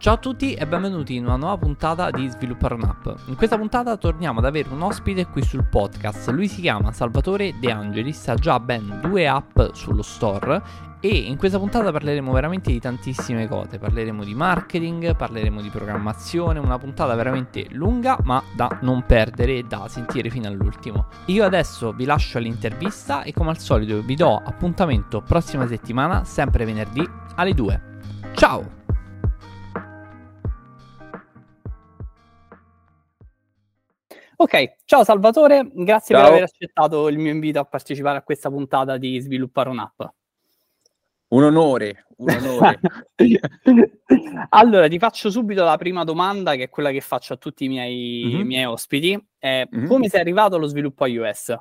Ciao a tutti e benvenuti in una nuova puntata di Sviluppare un'app. In questa puntata torniamo ad avere un ospite qui sul podcast. Lui si chiama Salvatore De Angelis, ha già ben 2 app sullo store e in questa puntata parleremo veramente di tantissime cose. Parleremo di marketing, parleremo di programmazione, una puntata veramente lunga ma da non perdere e da sentire fino all'ultimo. Io adesso vi lascio all'intervista e come al solito vi do appuntamento prossima settimana, sempre venerdì alle 2. Ciao! Ok, ciao Salvatore, grazie per aver accettato il mio invito a partecipare a questa puntata di Sviluppare un'app. Un onore. Allora, ti faccio subito la prima domanda, che è quella che faccio a tutti i miei ospiti. Come sei arrivato allo sviluppo iOS?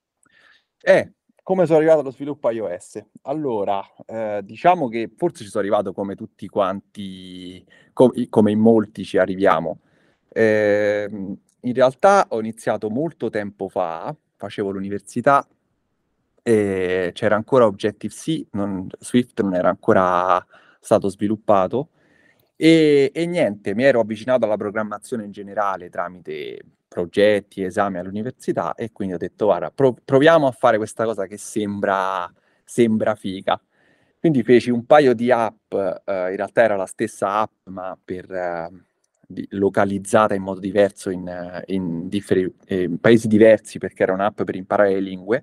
Come sono arrivato allo sviluppo iOS? Allora, diciamo che forse ci sono arrivato come tutti quanti, come in molti ci arriviamo. In realtà ho iniziato molto tempo fa, facevo l'università e c'era ancora Objective-C, Swift non era ancora stato sviluppato e niente, mi ero avvicinato alla programmazione in generale tramite progetti, esami all'università e quindi ho detto guarda, proviamo a fare questa cosa che sembra figa. Quindi feci un paio di app, in realtà era la stessa app ma localizzata in modo diverso in paesi diversi perché era un'app per imparare le lingue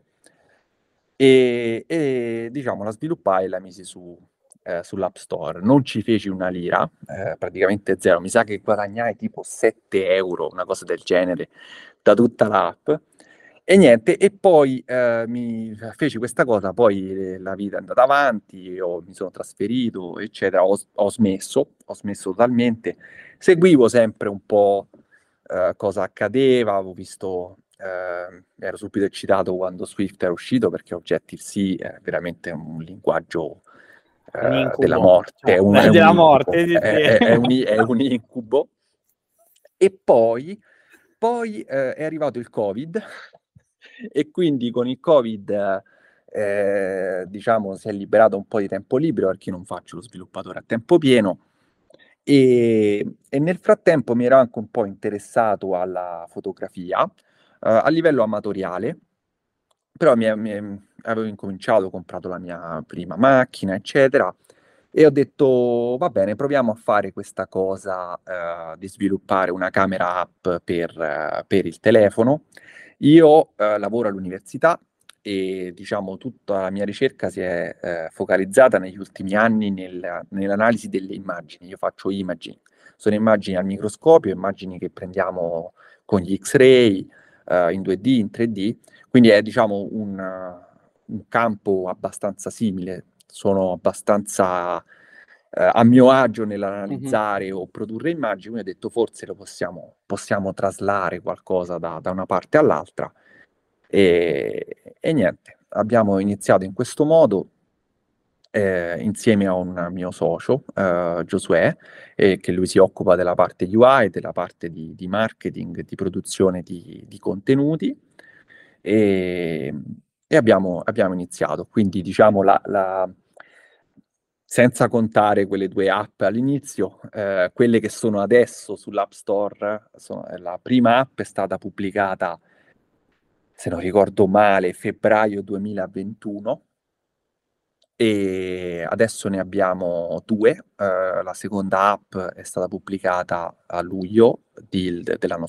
e diciamo la sviluppai e la misi sull'App Store. Non ci feci una lira, praticamente zero. Mi sa che guadagnai tipo 7 euro, una cosa del genere, da tutta l'app. E niente, e poi mi feci questa cosa, poi la vita è andata avanti, mi sono trasferito, eccetera, ho smesso totalmente. Seguivo sempre un po' cosa accadeva, avevo visto, ero subito eccitato quando Swift era uscito perché Objective-C è veramente un linguaggio della morte, della morte, sì, è un incubo. E poi è arrivato il Covid e quindi con il Covid diciamo si è liberato un po' di tempo libero perché io non faccio lo sviluppatore a tempo pieno e nel frattempo mi ero anche un po' interessato alla fotografia a livello amatoriale, però avevo incominciato, ho comprato la mia prima macchina, eccetera, e ho detto, va bene, proviamo a fare questa cosa di sviluppare una camera app per il telefono. Io lavoro all'università e diciamo tutta la mia ricerca si è focalizzata negli ultimi anni nell'analisi delle immagini. Io faccio imaging, sono immagini al microscopio, immagini che prendiamo con gli X-ray in 2D, in 3D, quindi è diciamo un campo abbastanza simile. Sono abbastanza a mio agio nell'analizzare o produrre immagini, quindi ho detto forse lo possiamo traslare qualcosa da una parte all'altra e niente, abbiamo iniziato in questo modo insieme a un mio socio, Giosuè, che lui si occupa della parte UI, della parte di marketing, di produzione di contenuti e abbiamo iniziato. Quindi diciamo senza contare quelle 2 app all'inizio, quelle che sono adesso sull'App Store, la prima app è stata pubblicata, se non ricordo male, febbraio 2021 e adesso ne abbiamo 2. La seconda app è stata pubblicata a luglio dell'anno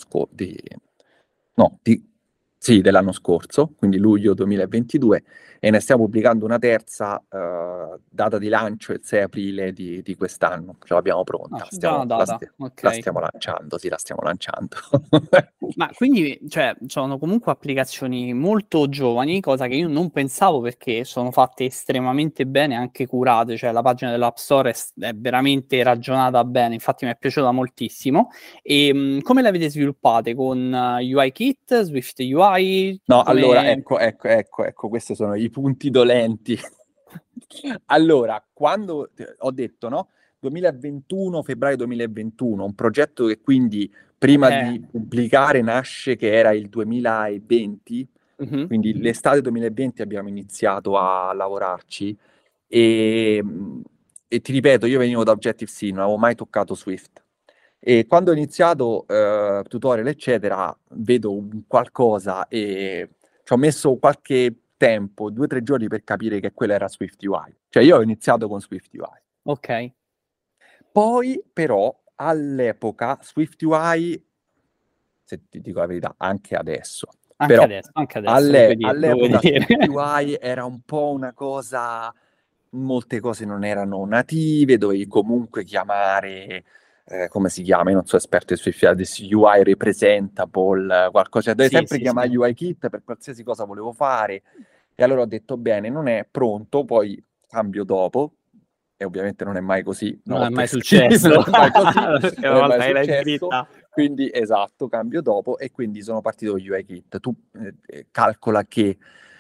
dell'anno scorso, quindi luglio 2022, e ne stiamo pubblicando una terza, data di lancio il 6 aprile di quest'anno. Ce l'abbiamo pronta, la stiamo lanciando, la stiamo lanciando. Ma quindi, cioè, sono comunque applicazioni molto giovani, cosa che io non pensavo perché sono fatte estremamente bene, anche curate, cioè la pagina dell'App Store è veramente ragionata bene, infatti mi è piaciuta moltissimo. E come le avete sviluppate? Con UIKit, Swift UI? No, allora, ecco, questi sono i punti dolenti. Allora, quando ho detto, no? 2021, febbraio 2021, un progetto che quindi prima di pubblicare nasce che era il 2020, quindi l'estate 2020 abbiamo iniziato a lavorarci e e ti ripeto, io venivo da Objective-C, non avevo mai toccato Swift. E quando ho iniziato tutorial, eccetera, vedo qualcosa e ci ho messo qualche tempo, 2 o 3 giorni per capire che quella era Swift UI. Cioè io ho iniziato con Swift UI. Ok. Poi però all'epoca Swift UI, se ti dico la verità, anche adesso, però Anche adesso, lo puoi all'epoca dire. Swift UI era un po' una cosa, molte cose non erano native, dovevi comunque chiamare, come si chiama? Io non sono esperto di Swift UI representable, qualcosa, dovevi sempre chiamare sì. UIKit per qualsiasi cosa volevo fare. E allora ho detto, bene, non è pronto, poi cambio dopo. E ovviamente non è mai così, una Non è volta mai che scrivi, successo. non è mai così, Perché non una è mai volta che l'hai successo. scritta. Quindi, esatto, cambio dopo e quindi sono partito con UIKit. Tu calcola che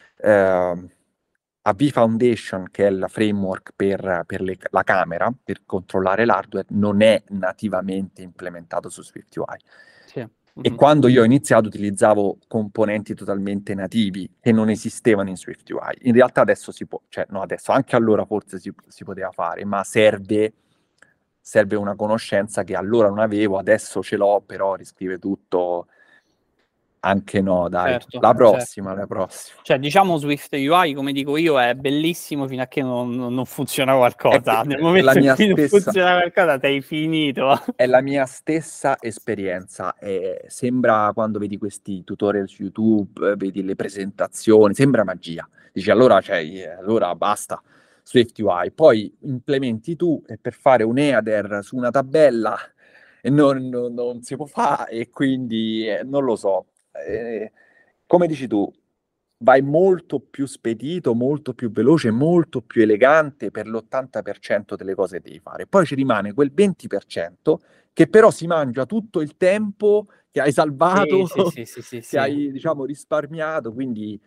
AV Foundation, che è il framework per la camera, per controllare l'hardware, non è nativamente implementato su SwiftUI. Sì. E quando io ho iniziato utilizzavo componenti totalmente nativi che non esistevano in SwiftUI. In realtà adesso si può, cioè no adesso, anche allora forse si poteva fare, ma serve una conoscenza che allora non avevo, adesso ce l'ho, però riscrive tutto. Anche no, dai. Certo. La prossima. Cioè, diciamo Swift UI, come dico io, è bellissimo fino a che non funziona qualcosa. Nel momento in cui non funziona qualcosa, sei finito. È la mia stessa esperienza. Sembra, quando vedi questi tutorial su YouTube, vedi le presentazioni, sembra magia. Dici allora basta, Swift UI. Poi implementi tu e per fare un header su una tabella e non si può fare e quindi non lo so. Come dici tu, vai molto più spedito, molto più veloce, molto più elegante per l'80% delle cose che devi fare. Poi ci rimane quel 20% che però si mangia tutto il tempo che hai salvato, Sì. che hai, diciamo, risparmiato, quindi...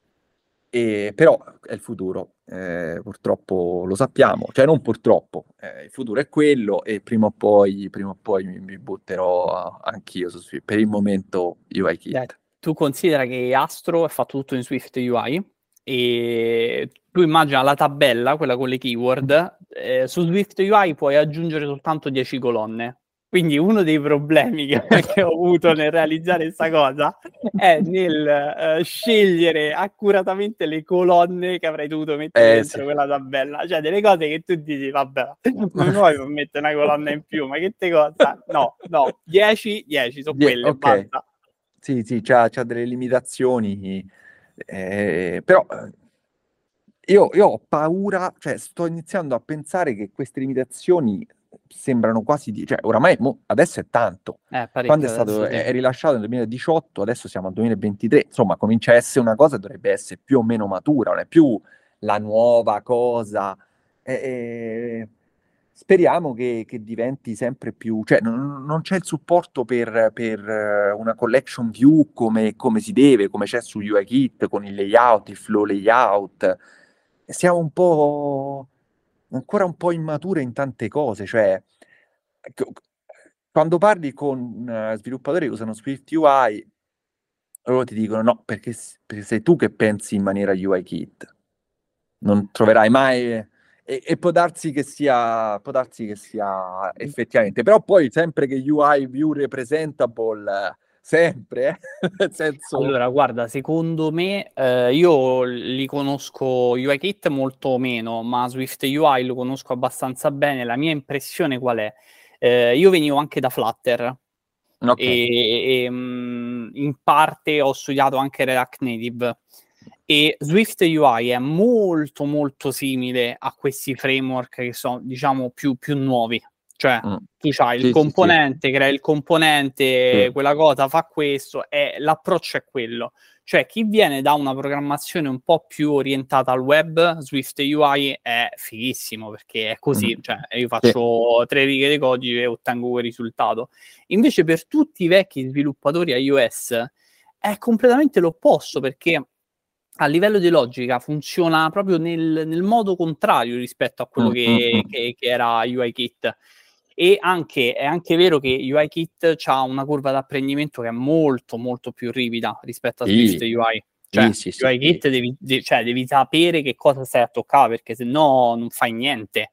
però è il futuro, purtroppo lo sappiamo, cioè non purtroppo, il futuro è quello e prima o poi mi butterò anch'io su Swift. Per il momento UIKit. Tu considera che Astro è fatto tutto in Swift UI e tu immagina la tabella, quella con le keyword, su Swift UI puoi aggiungere soltanto 10 colonne. Quindi uno dei problemi che ho avuto nel realizzare questa cosa è nel scegliere accuratamente le colonne che avrei dovuto mettere dentro quella tabella. Cioè delle cose che tu dici, vabbè, ma mi vuoi mettere una colonna in più? Ma che te cosa? No, 10 sono quelle, okay. basta. Sì, c'ha delle limitazioni, però io ho paura, cioè sto iniziando a pensare che queste limitazioni sembrano quasi cioè oramai adesso è tanto. Quando Parecchio è rilasciato nel 2018, adesso siamo al 2023, insomma comincia a essere una cosa che dovrebbe essere più o meno matura, non è più la nuova cosa. Speriamo che diventi sempre più, cioè non c'è il supporto per una collection view come si deve, come c'è su UIKit con il layout, il flow layout. Siamo ancora un po' immature in tante cose, cioè quando parli con sviluppatori che usano Swift UI, loro ti dicono no, perché sei tu che pensi in maniera UIKit. Non troverai mai... E può darsi che sia effettivamente, però poi sempre che UI view representable, sempre, nel senso... Allora, guarda, secondo me, io li conosco UIKit molto meno, ma Swift UI lo conosco abbastanza bene. La mia impressione qual è? Io venivo anche da Flutter e in parte ho studiato anche React Native e Swift UI è molto molto simile a questi framework che sono, diciamo, più nuovi. Cioè, tu c'hai il componente, crei il componente, quella cosa fa questo, e l'approccio è quello. Cioè, chi viene da una programmazione un po' più orientata al web, Swift UI è fighissimo, perché è così. Cioè, io faccio 3 righe di codice e ottengo quel risultato. Invece, per tutti i vecchi sviluppatori iOS è completamente l'opposto, perché a livello di logica funziona proprio nel modo contrario rispetto a quello che era UIKit. E è anche vero che UIKit ha una curva d'apprendimento che è molto molto più ripida rispetto a Swift UI. Cioè, UIKit devi sapere che cosa stai a toccare, perché se no non fai niente.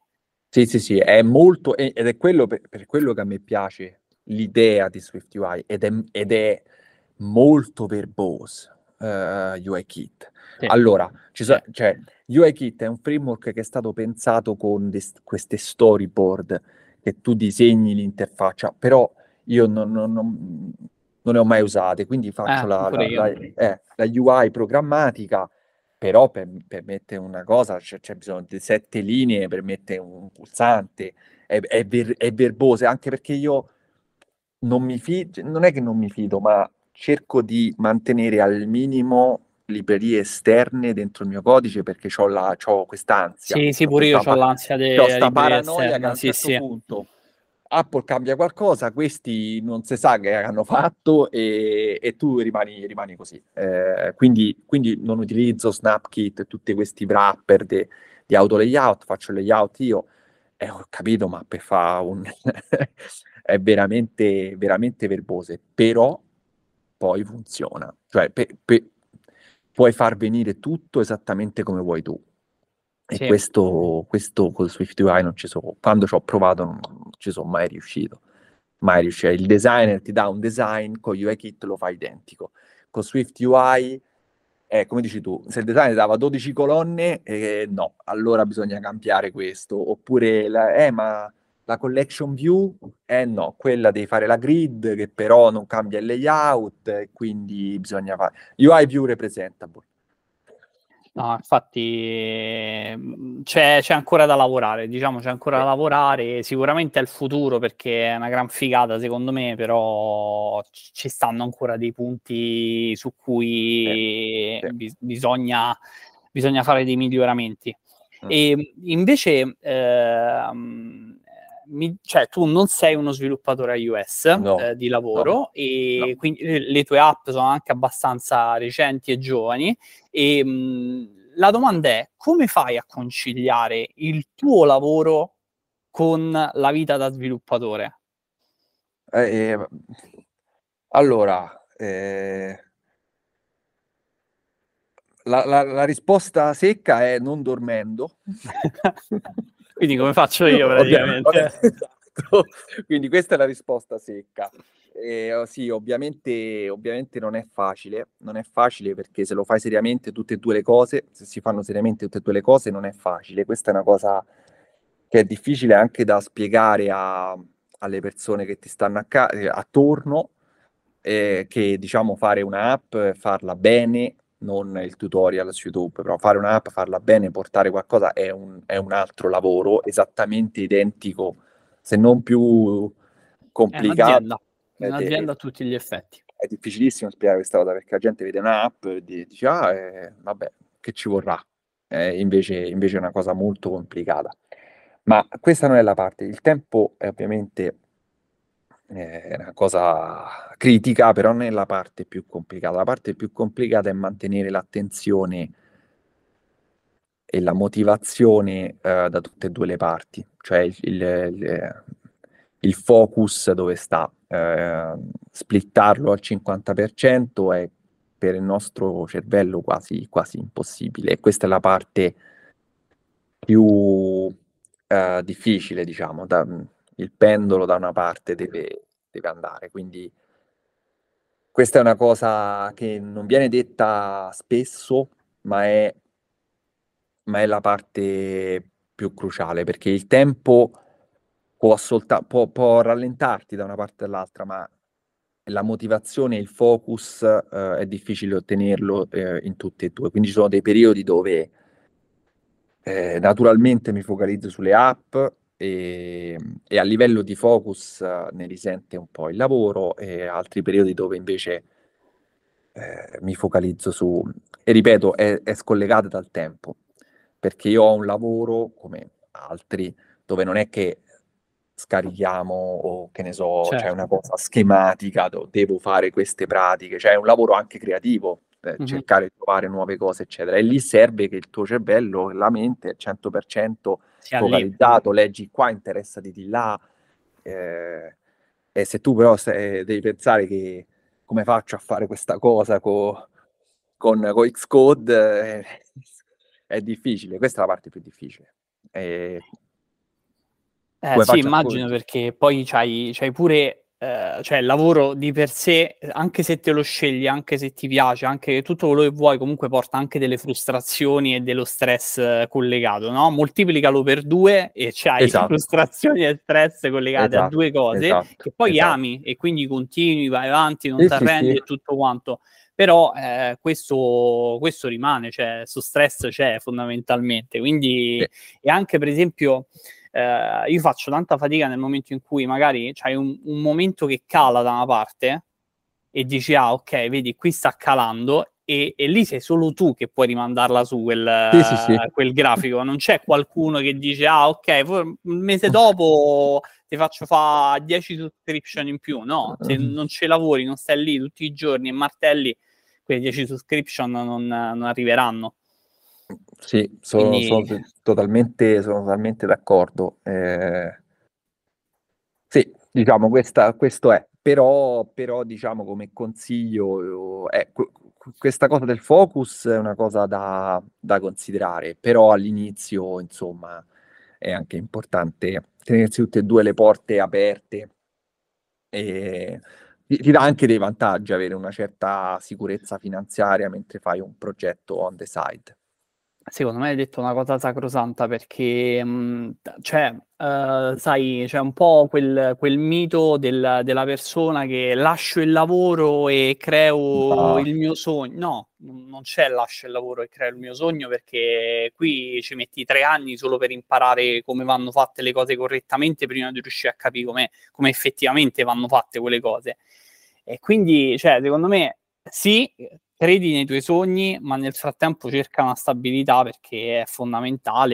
Sì, sì, sì, è molto, ed è quello per quello che a me piace l'idea di SwiftUI, ed è molto verboso, UIKit. Sì, Allora, sì. cioè, UIKit è un framework che è stato pensato con queste storyboard che tu disegni l'interfaccia, però io non le ho mai usate, quindi faccio Pure io. la UI programmatica, però per mettere una cosa c'è bisogno di 7 linee per mettere un pulsante, è verbosa, anche perché io non mi fido, non è che non mi fido, ma cerco di mantenere al minimo librerie esterne dentro il mio codice perché c'ho quest'ansia, Sì, sì, pure io ho l'ansia c'ho della sta libreria paranoia che a esterna, un sì, certo sì. punto Apple cambia qualcosa, questi non si sa che hanno fatto e tu rimani così. Quindi non utilizzo SnapKit e tutti questi wrapper di auto layout, faccio il layout io e ho capito, ma per fare un... è veramente, veramente verbose, però poi funziona. Cioè, puoi far venire tutto esattamente come vuoi tu. E Sì. questo con SwiftUI non ci sono. Quando ci ho provato non ci sono mai riuscito. Mai riuscito. Il designer ti dà un design, con UIKit lo fa identico. Con SwiftUI, come dici tu, se il designer dava 12 colonne, no, allora bisogna cambiare questo. Oppure, ma la collection view, no, quella devi fare la grid, che però non cambia il layout, e quindi bisogna fare UI view representable. No, infatti c'è ancora da lavorare, diciamo, c'è ancora da Eh, lavorare, sicuramente è il futuro perché è una gran figata secondo me, però ci stanno ancora dei punti su eh, cui sì. bisogna fare dei miglioramenti. Mm. E invece, cioè, tu non sei uno sviluppatore iOS No, di no, lavoro no. e quindi le tue app sono anche abbastanza recenti e giovani. E la domanda è: come fai a conciliare il tuo lavoro con la vita da sviluppatore? Eh, eh, allora, la risposta secca è non dormendo. Quindi come faccio io praticamente? Esatto. Quindi questa è la risposta secca. Sì, ovviamente non è facile perché se lo fai seriamente tutte e due le cose, se si fanno seriamente tutte e due le cose, non è facile. Questa è una cosa che è difficile anche da spiegare alle persone che ti stanno attorno, che diciamo fare un'app, farla bene, non il tutorial su YouTube, però fare un'app, farla bene, portare qualcosa è un altro lavoro esattamente identico, se non più È complicato. Ed un'azienda a tutti gli effetti. è difficilissimo spiegare questa cosa perché la gente vede un'app e dice, ah, vabbè, che ci vorrà? Invece è una cosa molto complicata. Ma questa non è la parte. Il tempo è ovviamente è una cosa critica, però non è la parte più complicata. La parte più complicata è mantenere l'attenzione e la motivazione da tutte e due le parti, cioè il focus dove sta. Splittarlo al 50% è per il nostro cervello quasi, quasi impossibile e questa è la parte più difficile, diciamo. Il pendolo da una parte deve andare, quindi questa è una cosa che non viene detta spesso, ma è la parte più cruciale, perché il tempo può rallentarti da una parte all'altra, ma la motivazione e il focus è difficile ottenerlo in tutte e due. Quindi ci sono dei periodi dove naturalmente mi focalizzo sulle app e a livello di focus ne risente un po' il lavoro e altri periodi dove invece mi focalizzo su... E ripeto, è scollegata dal tempo, perché io ho un lavoro, come altri, dove non è che scarichiamo o che ne so, c'è una Certo. cosa schematica, devo fare queste pratiche, c'è un lavoro anche creativo, Mhm. cercare di trovare nuove cose, eccetera. E lì serve che il tuo cervello, la mente, è 100% Sia lì. focalizzato, leggi qua, interessati di là. eh, e se tu però devi pensare che come faccio a fare questa cosa con Xcode, è difficile, questa è la parte più difficile. Eh, Come Sì, faccio a immagino, perché poi c'hai pure, cioè il lavoro di per sé, anche se te lo scegli, anche se ti piace, anche tutto quello che vuoi, comunque porta anche delle frustrazioni e dello stress collegato, no? Moltiplicalo per 2 e c'hai Esatto, frustrazioni e stress collegate a esatto, due cose esatto, che poi esatto. ami e quindi continui, vai avanti, non Sì, ti sì, arrendi sì. e tutto quanto. Però questo rimane, cioè, sto stress c'è fondamentalmente. Quindi, Sì. e anche per esempio io faccio tanta fatica nel momento in cui magari c'hai un momento che cala da una parte e dici, ah, ok, vedi, qui sta calando, e lì sei solo tu che puoi rimandarla su Sì, sì, sì. quel grafico. Non c'è qualcuno che dice, ah, ok, un mese dopo ti faccio fare 10 subscription in più. No, se non ci lavori, non stai lì tutti i giorni e martelli, quelle 10 subscription non arriveranno. Sì, Quindi sono totalmente d'accordo. Sì, diciamo, questo è, però diciamo come consiglio, questa cosa del focus è una cosa da considerare, però all'inizio, insomma, è anche importante tenersi tutte e due le porte aperte e ti dà anche dei vantaggi avere una certa sicurezza finanziaria mentre fai un progetto on the side. secondo me hai detto una cosa sacrosanta, perché cioè, sai, c'è un po' quel mito della persona che lascio il lavoro e creo Ah, il mio sogno. No, non c'è lascio il lavoro e creo il mio sogno, perché qui ci metti 3 anni solo per imparare come vanno fatte le cose correttamente prima di riuscire a capire come effettivamente vanno fatte quelle cose. E quindi, cioè, secondo me, sì, credi nei tuoi sogni, ma nel frattempo cerca una stabilità, perché è fondamentale,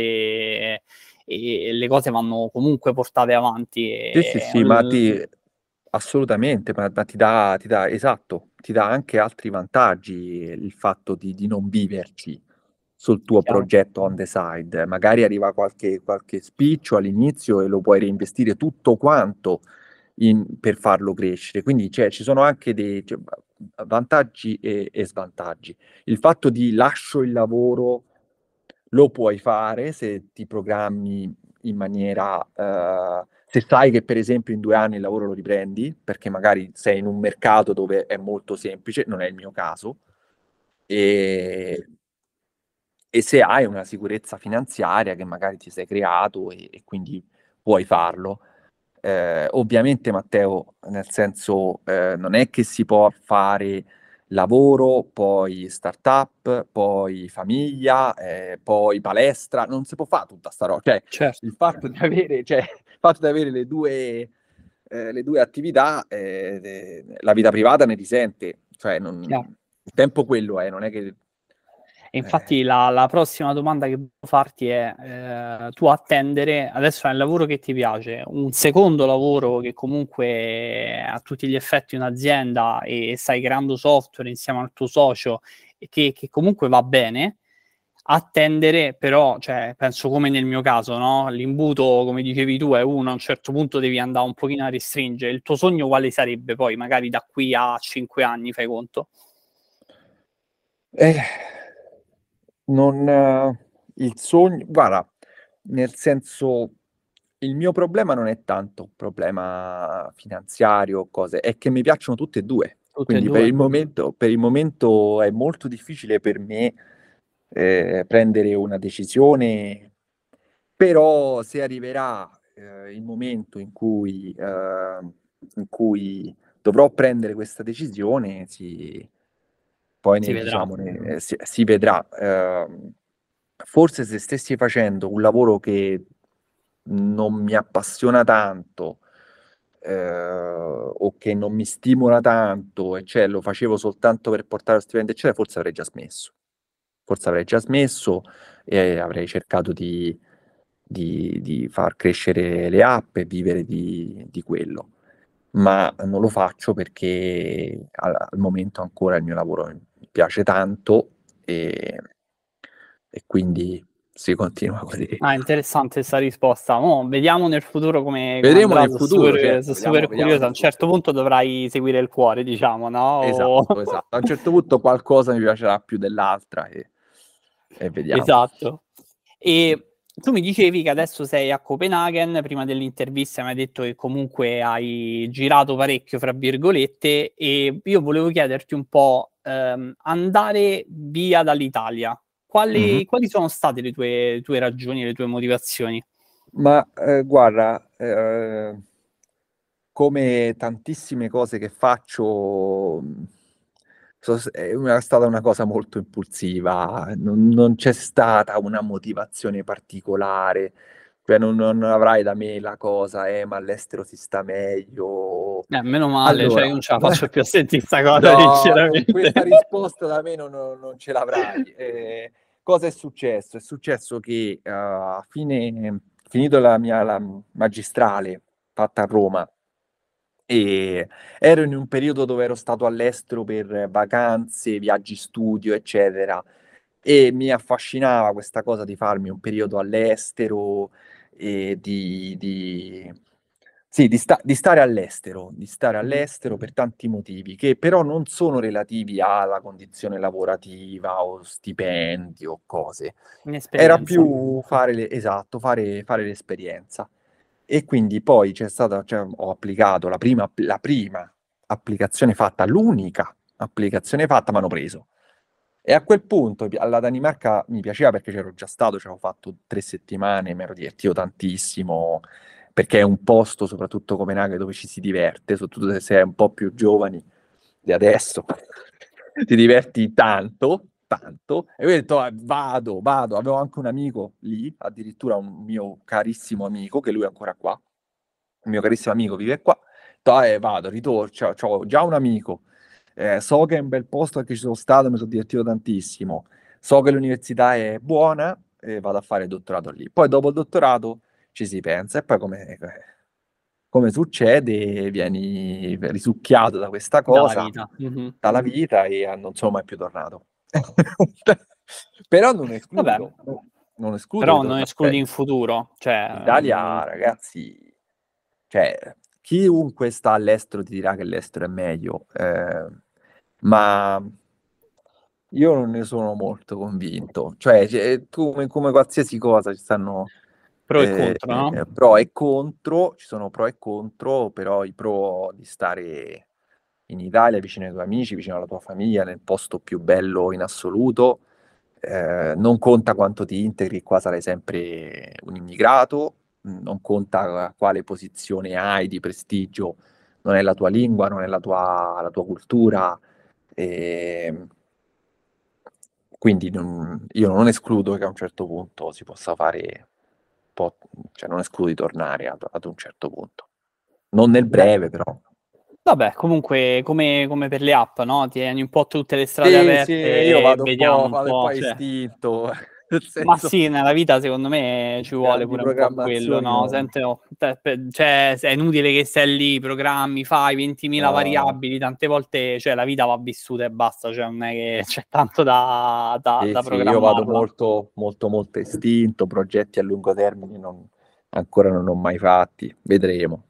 e le cose vanno comunque portate avanti. sì, sì, sì, assolutamente, ma esatto, ti dà anche altri vantaggi il fatto di non viverci sul tuo Chiaro. progetto on the side. Magari arriva qualche spiccio all'inizio e lo puoi reinvestire tutto quanto per farlo crescere. Quindi ci sono anche dei vantaggi e svantaggi. Il fatto di lascio il lavoro lo puoi fare se ti programmi in maniera, se sai che per esempio in 2 anni il lavoro lo riprendi, perché magari sei in un mercato dove è molto semplice, non è il mio caso, e, e se hai una sicurezza finanziaria che magari ti sei creato e quindi puoi farlo. Ovviamente, Matteo, nel senso, non è che si può fare lavoro, poi startup, poi famiglia, poi palestra, non si può fare tutta sta roba. Cioè, Certo. il fatto di avere le due attività, la vita privata ne risente. Cioè, Chiaro. il tempo quello è, non è che... E eh, infatti la prossima domanda che voglio farti è, tu attendere, adesso hai un lavoro che ti piace, un secondo lavoro che comunque è a tutti gli effetti un'azienda, e stai creando software insieme al tuo socio, e che comunque va bene, attendere però, cioè, penso come nel mio caso, no? L'imbuto, come dicevi tu, è uno, a un certo punto devi andare un pochino a restringere. Il tuo sogno quale sarebbe poi, magari da qui a 5 anni, fai conto? Eh, non, il sogno, guarda, nel senso, il mio problema non è tanto un problema finanziario o cose, è che mi piacciono tutte e due. Tutte e Quindi due? per il momento è molto difficile per me prendere una decisione, però se arriverà il momento in cui dovrò prendere questa decisione, poi Si vedrà. diciamo, si vedrà. Forse se stessi facendo un lavoro che non mi appassiona tanto, o che non mi stimola tanto, e cioè lo facevo soltanto per portare lo stipendio, eccetera, forse avrei già smesso. Forse avrei già smesso e avrei cercato di far crescere le app e vivere di quello. Ma non lo faccio perché al momento ancora il mio lavoro mi piace tanto e quindi si continua così. Ah, interessante questa risposta. Mo, vediamo nel futuro come Vedremo andrà. nel Sono futuro, super, certo, sono super vediamo curioso. A nel un certo futuro. punto dovrai seguire il cuore, diciamo, no? Esatto, esatto. A un certo punto qualcosa mi piacerà più dell'altra e vediamo. Esatto. E Tu mi dicevi che adesso sei a Copenaghen, prima dell'intervista mi hai detto che comunque hai girato parecchio, fra virgolette, e io volevo chiederti un po', andare via dall'Italia, quali sono state le tue ragioni, le tue motivazioni? Ma guarda, come tantissime cose che faccio, è stata una cosa molto impulsiva, non c'è stata una motivazione particolare, cioè non avrai da me la cosa, ma all'estero si sta meglio. Meno male, cioè Allora, io non ce la faccio più a sentire sta cosa, no, sinceramente. questa risposta da me non ce l'avrai. Cosa è successo? È successo che finito la magistrale fatta a Roma, e ero in un periodo dove ero stato all'estero per vacanze, viaggi studio, eccetera, e mi affascinava questa cosa di farmi un periodo all'estero e sì, di stare all'estero per tanti motivi, che però non sono relativi alla condizione lavorativa o stipendi o cose. Era Un'esperienza. più esatto, fare l'esperienza. E quindi poi ho applicato la prima applicazione fatta, l'unica applicazione fatta, mi hanno preso. E a quel punto alla Danimarca mi piaceva perché c'ero già stato, ci avevo fatto 3 settimane, mi ero divertito tantissimo, perché è un posto, soprattutto Copenaghen, dove ci si diverte, soprattutto se sei un po' più giovani di adesso, ti diverti tanto, tanto. E io ho detto, vado. Avevo anche un amico lì, addirittura un mio carissimo amico, che lui è ancora qua, il mio carissimo amico vive qua. Ho detto, vado, ritorno, c'ho già un amico. So che è un bel posto perché ci sono stato, mi sono divertito tantissimo. So che l'università è buona e vado a fare il dottorato lì. Poi dopo il dottorato ci si pensa e poi come succede vieni risucchiato da questa Dalla cosa, vita. dalla vita e non sono mai più tornato. Però non Vabbè, escludo, non escludo di però non tornare. escludi in futuro, cioè... In Italia, ragazzi, cioè, chiunque sta all'estero ti dirà che l'estero è meglio, ma io non ne sono molto convinto. Cioè, come qualsiasi cosa ci stanno pro e contro, no? pro e contro, ci sono pro e contro, però i pro di stare in Italia vicino ai tuoi amici, vicino alla tua famiglia, nel posto più bello in assoluto, non conta quanto ti integri, qua sarai sempre un immigrato, non conta quale posizione hai di prestigio, non è la tua lingua, non è la tua cultura. E quindi io non escludo che a un certo punto si possa fare, cioè non escludo di tornare ad un certo punto. Non nel breve, però. Vabbè, comunque, come per le app, no? Tieni un po' tutte le strade aperte Sì, io e vediamo un vado un po' po'. a Cioè. istinto, nel Ma senso, sì, nella vita secondo me ci vuole grandi pure un po' quello, programmazioni no? no. Senti, cioè, è inutile che stai lì, programmi, fai 20.000 No. variabili, tante volte, cioè, la vita va vissuta e basta, cioè, non è che c'è tanto da Sì, io vado programmarla. molto istinto, progetti a lungo termine ancora non ho mai fatti, vedremo.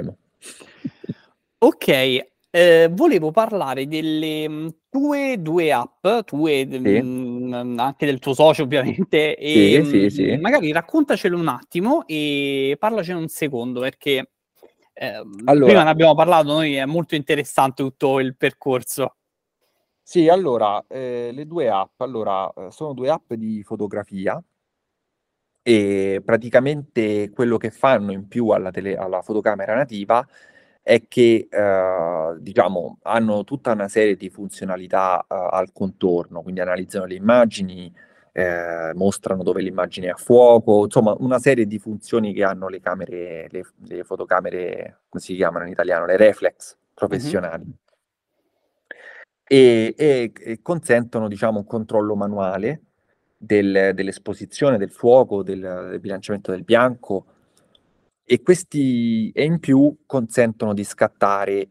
Ok, volevo parlare delle tue due app, Sì, anche del tuo socio ovviamente, e sì. magari raccontacelo un attimo e parlacene un secondo, perché prima Allora, ne abbiamo parlato, noi è molto interessante tutto il percorso. sì, allora, le due app, sono due app di fotografia e praticamente quello che fanno in più alla fotocamera nativa è che, diciamo, hanno tutta una serie di funzionalità, al contorno, quindi analizzano le immagini, mostrano dove l'immagine è a fuoco, insomma una serie di funzioni che hanno le camere, le fotocamere, come si chiamano in italiano, le reflex Mhm. professionali. E consentono, diciamo, un controllo manuale dell'esposizione, del fuoco, del bilanciamento del bianco e in più consentono di scattare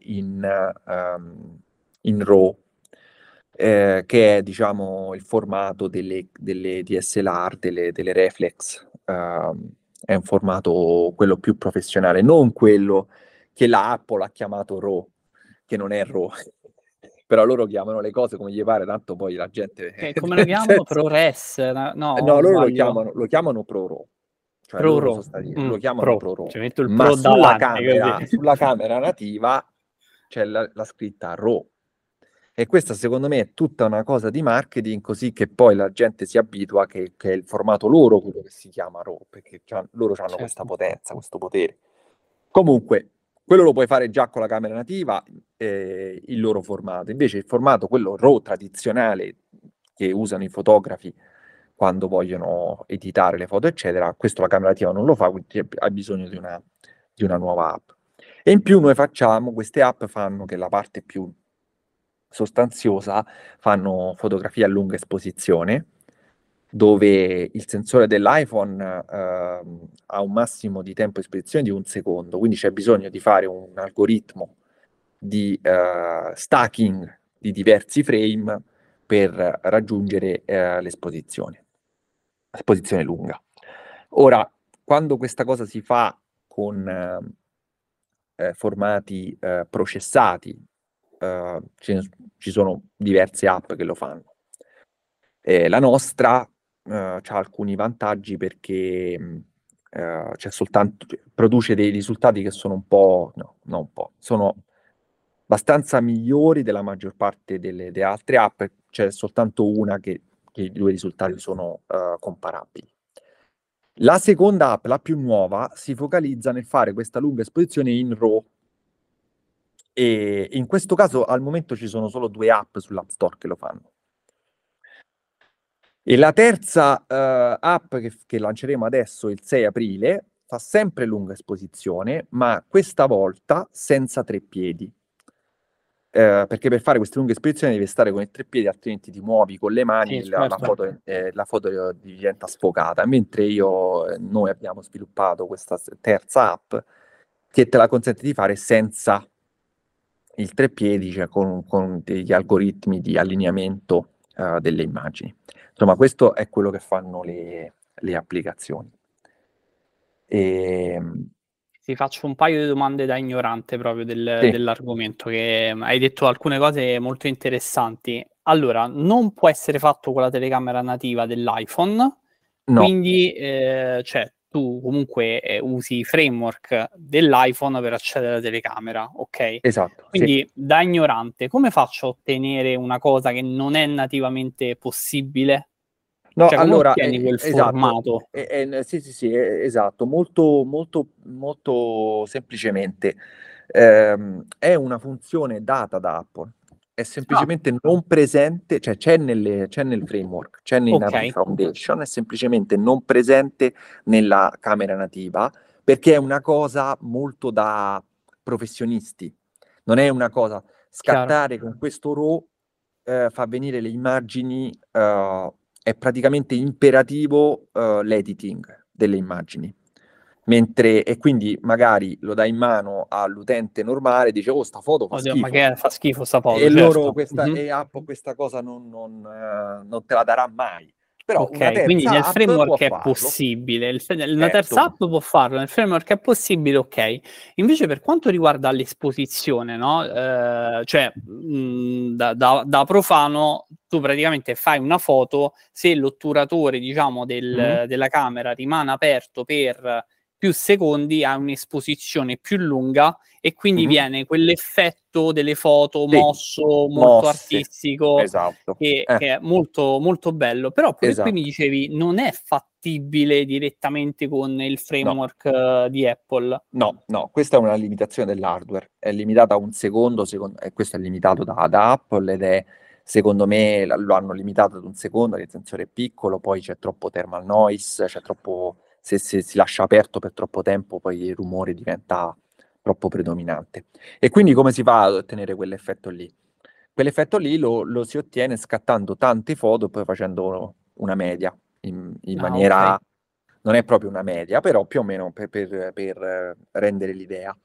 in RAW, che è, diciamo, il formato delle DSLR, delle reflex. È un formato quello più professionale, non quello che la Apple ha chiamato RAW, che non è RAW. Però loro chiamano le cose come gli pare, tanto poi la gente... Come lo chiamano? ProRes? No, No, loro sbaglio. lo chiamano ProRAW. cioè loro lo chiamano Pro. ProRAW, Ci metto il ma Pro davanti, così. sulla camera nativa c'è la scritta RAW. E questa secondo me è tutta una cosa di marketing, così che poi la gente si abitua che è il formato loro quello che si chiama RAW, perché loro hanno questa Certo. potenza, questo potere. Comunque, quello lo puoi fare già con la camera nativa, il loro formato. Invece il formato, quello RAW tradizionale, che usano i fotografi quando vogliono editare le foto, eccetera, questo la camera nativa non lo fa, quindi hai bisogno di una nuova app. E in più noi queste app fanno che la parte più sostanziosa, fanno fotografia a lunga esposizione, dove il sensore dell'iPhone ha un massimo di tempo di esposizione di 1 secondo, quindi c'è bisogno di fare un algoritmo di stacking di diversi frame per raggiungere l'esposizione lunga. Ora, quando questa cosa si fa con formati processati, ci sono diverse app che lo fanno. La nostra ha alcuni vantaggi perché produce dei risultati che sono sono abbastanza migliori della maggior parte delle altre app, c'è soltanto una che i due risultati sono comparabili. La seconda app, la più nuova, si focalizza nel fare questa lunga esposizione in RAW, e in questo caso al momento ci sono solo 2 app sull'App Store che lo fanno. E la terza app che lanceremo adesso, il 6 aprile, fa sempre lunga esposizione, ma questa volta senza treppiedi. Perché per fare queste lunghe esposizioni devi stare con i treppiedi, altrimenti ti muovi con le mani Sì, e certo. la foto diventa sfocata. Mentre noi abbiamo sviluppato questa terza app che te la consente di fare senza il treppiedi, cioè con degli algoritmi di allineamento delle immagini. Insomma, questo è quello che fanno le applicazioni. Ti faccio un paio di domande da ignorante proprio Sì. dell'argomento, che hai detto alcune cose molto interessanti. Allora, non può essere fatto con la telecamera nativa dell'iPhone, No. quindi cioè, tu comunque usi i framework dell'iPhone per accedere alla telecamera, ok? Esatto. Quindi sì. da ignorante, come faccio a ottenere una cosa che non è nativamente possibile? No, Cioè, come allora, ottieni quel esatto, formato? sì, esatto, molto, molto, molto semplicemente. È una funzione data da Apple, è Ah, semplicemente non presente, cioè c'è nel framework, c'è nei Navi ok, Foundation, è semplicemente non presente nella camera nativa, perché è una cosa molto da professionisti, non è una cosa, chiaro. scattare con questo RAW fa venire le immagini, è praticamente imperativo l'editing delle immagini. E quindi magari lo dai in mano all'utente normale, dice, oh, sta foto fa Oddio, ma schifo. che fa schifo sta foto, E certo. Apple questa cosa non te la darà mai. Però una Ok, quindi nel terza app può framework è farlo. possibile, una Certo. terza app può farlo, nel framework è possibile, ok. Invece per quanto riguarda l'esposizione, no? Cioè, da profano, tu praticamente fai una foto, se l'otturatore, diciamo, della camera rimane aperto per più secondi, ha un'esposizione più lunga e quindi Mhm. viene quell'effetto delle foto Sì, mosso, molto mosse. artistico, Esatto. che è molto, molto bello. Però pure qui mi Esatto. dicevi, non è fattibile direttamente con il No. framework di Apple. No, questa è una limitazione dell'hardware, è limitata a 1 secondo, e questo è limitato da Apple ed è, secondo me, lo hanno limitato ad 1 secondo, il sensore è piccolo, poi c'è troppo thermal noise, se si lascia aperto per troppo tempo poi il rumore diventa troppo predominante. E quindi come si fa ad ottenere quell'effetto lì? Quell'effetto lì lo si ottiene scattando tante foto e poi facendo una media, in Ah, ok. maniera non è proprio una media, però più o meno per rendere l'idea.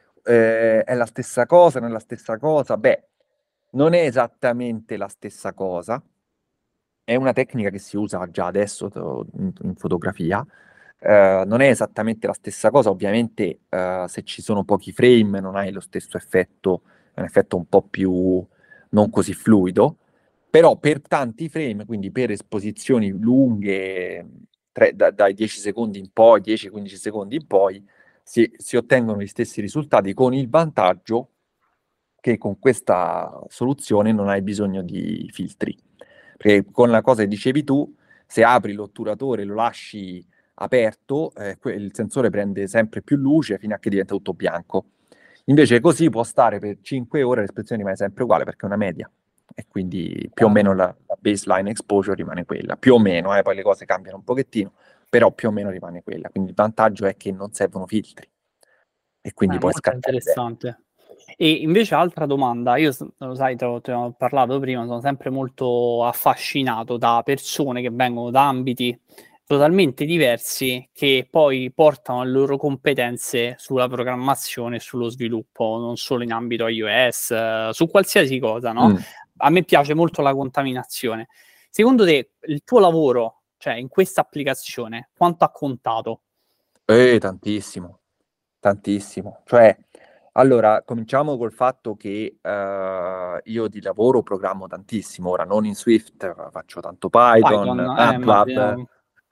È la stessa cosa, non è la stessa cosa? Beh, non è esattamente la stessa cosa, è una tecnica che si usa già adesso in fotografia, non è esattamente la stessa cosa, ovviamente se ci sono pochi frame non hai lo stesso effetto, è un effetto un po' più non così fluido, però per tanti frame, quindi per esposizioni lunghe, dai 10 secondi in poi, 10-15 secondi in poi, si ottengono gli stessi risultati, con il vantaggio che con questa soluzione non hai bisogno di filtri. Perché con la cosa che dicevi tu, se apri l'otturatore e lo lasci aperto, il sensore prende sempre più luce fino a che diventa tutto bianco. Invece così può stare per 5 ore, l'espressione rimane sempre uguale perché è una media. E quindi più o meno la baseline exposure rimane quella. Più o meno, poi le cose cambiano un pochettino, però più o meno rimane quella. Quindi il vantaggio è che non servono filtri. E quindi puoi Molto scattare bene. interessante. E invece altra domanda, io lo sai, te ho parlato prima, sono sempre molto affascinato da persone che vengono da ambiti totalmente diversi, che poi portano le loro competenze sulla programmazione e sullo sviluppo, non solo in ambito iOS, su qualsiasi cosa, no? A me piace molto la contaminazione. Secondo te il tuo lavoro, cioè in questa applicazione, quanto ha contato? Tantissimo, tantissimo. Cioè, allora, cominciamo col fatto che io di lavoro programmo tantissimo. Ora, non in Swift, faccio tanto Python, MATLAB, immagino.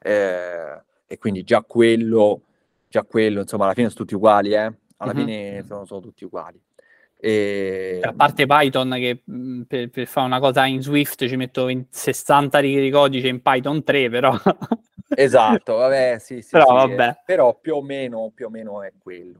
e quindi già quello, insomma, alla fine sono tutti uguali, alla Mhm. fine sono tutti uguali. A parte Python, che per fare una cosa in Swift ci metto 60 righe di codice, in Python 3, però. Esatto, vabbè, sì, Però sì, vabbè. però più o meno è quello.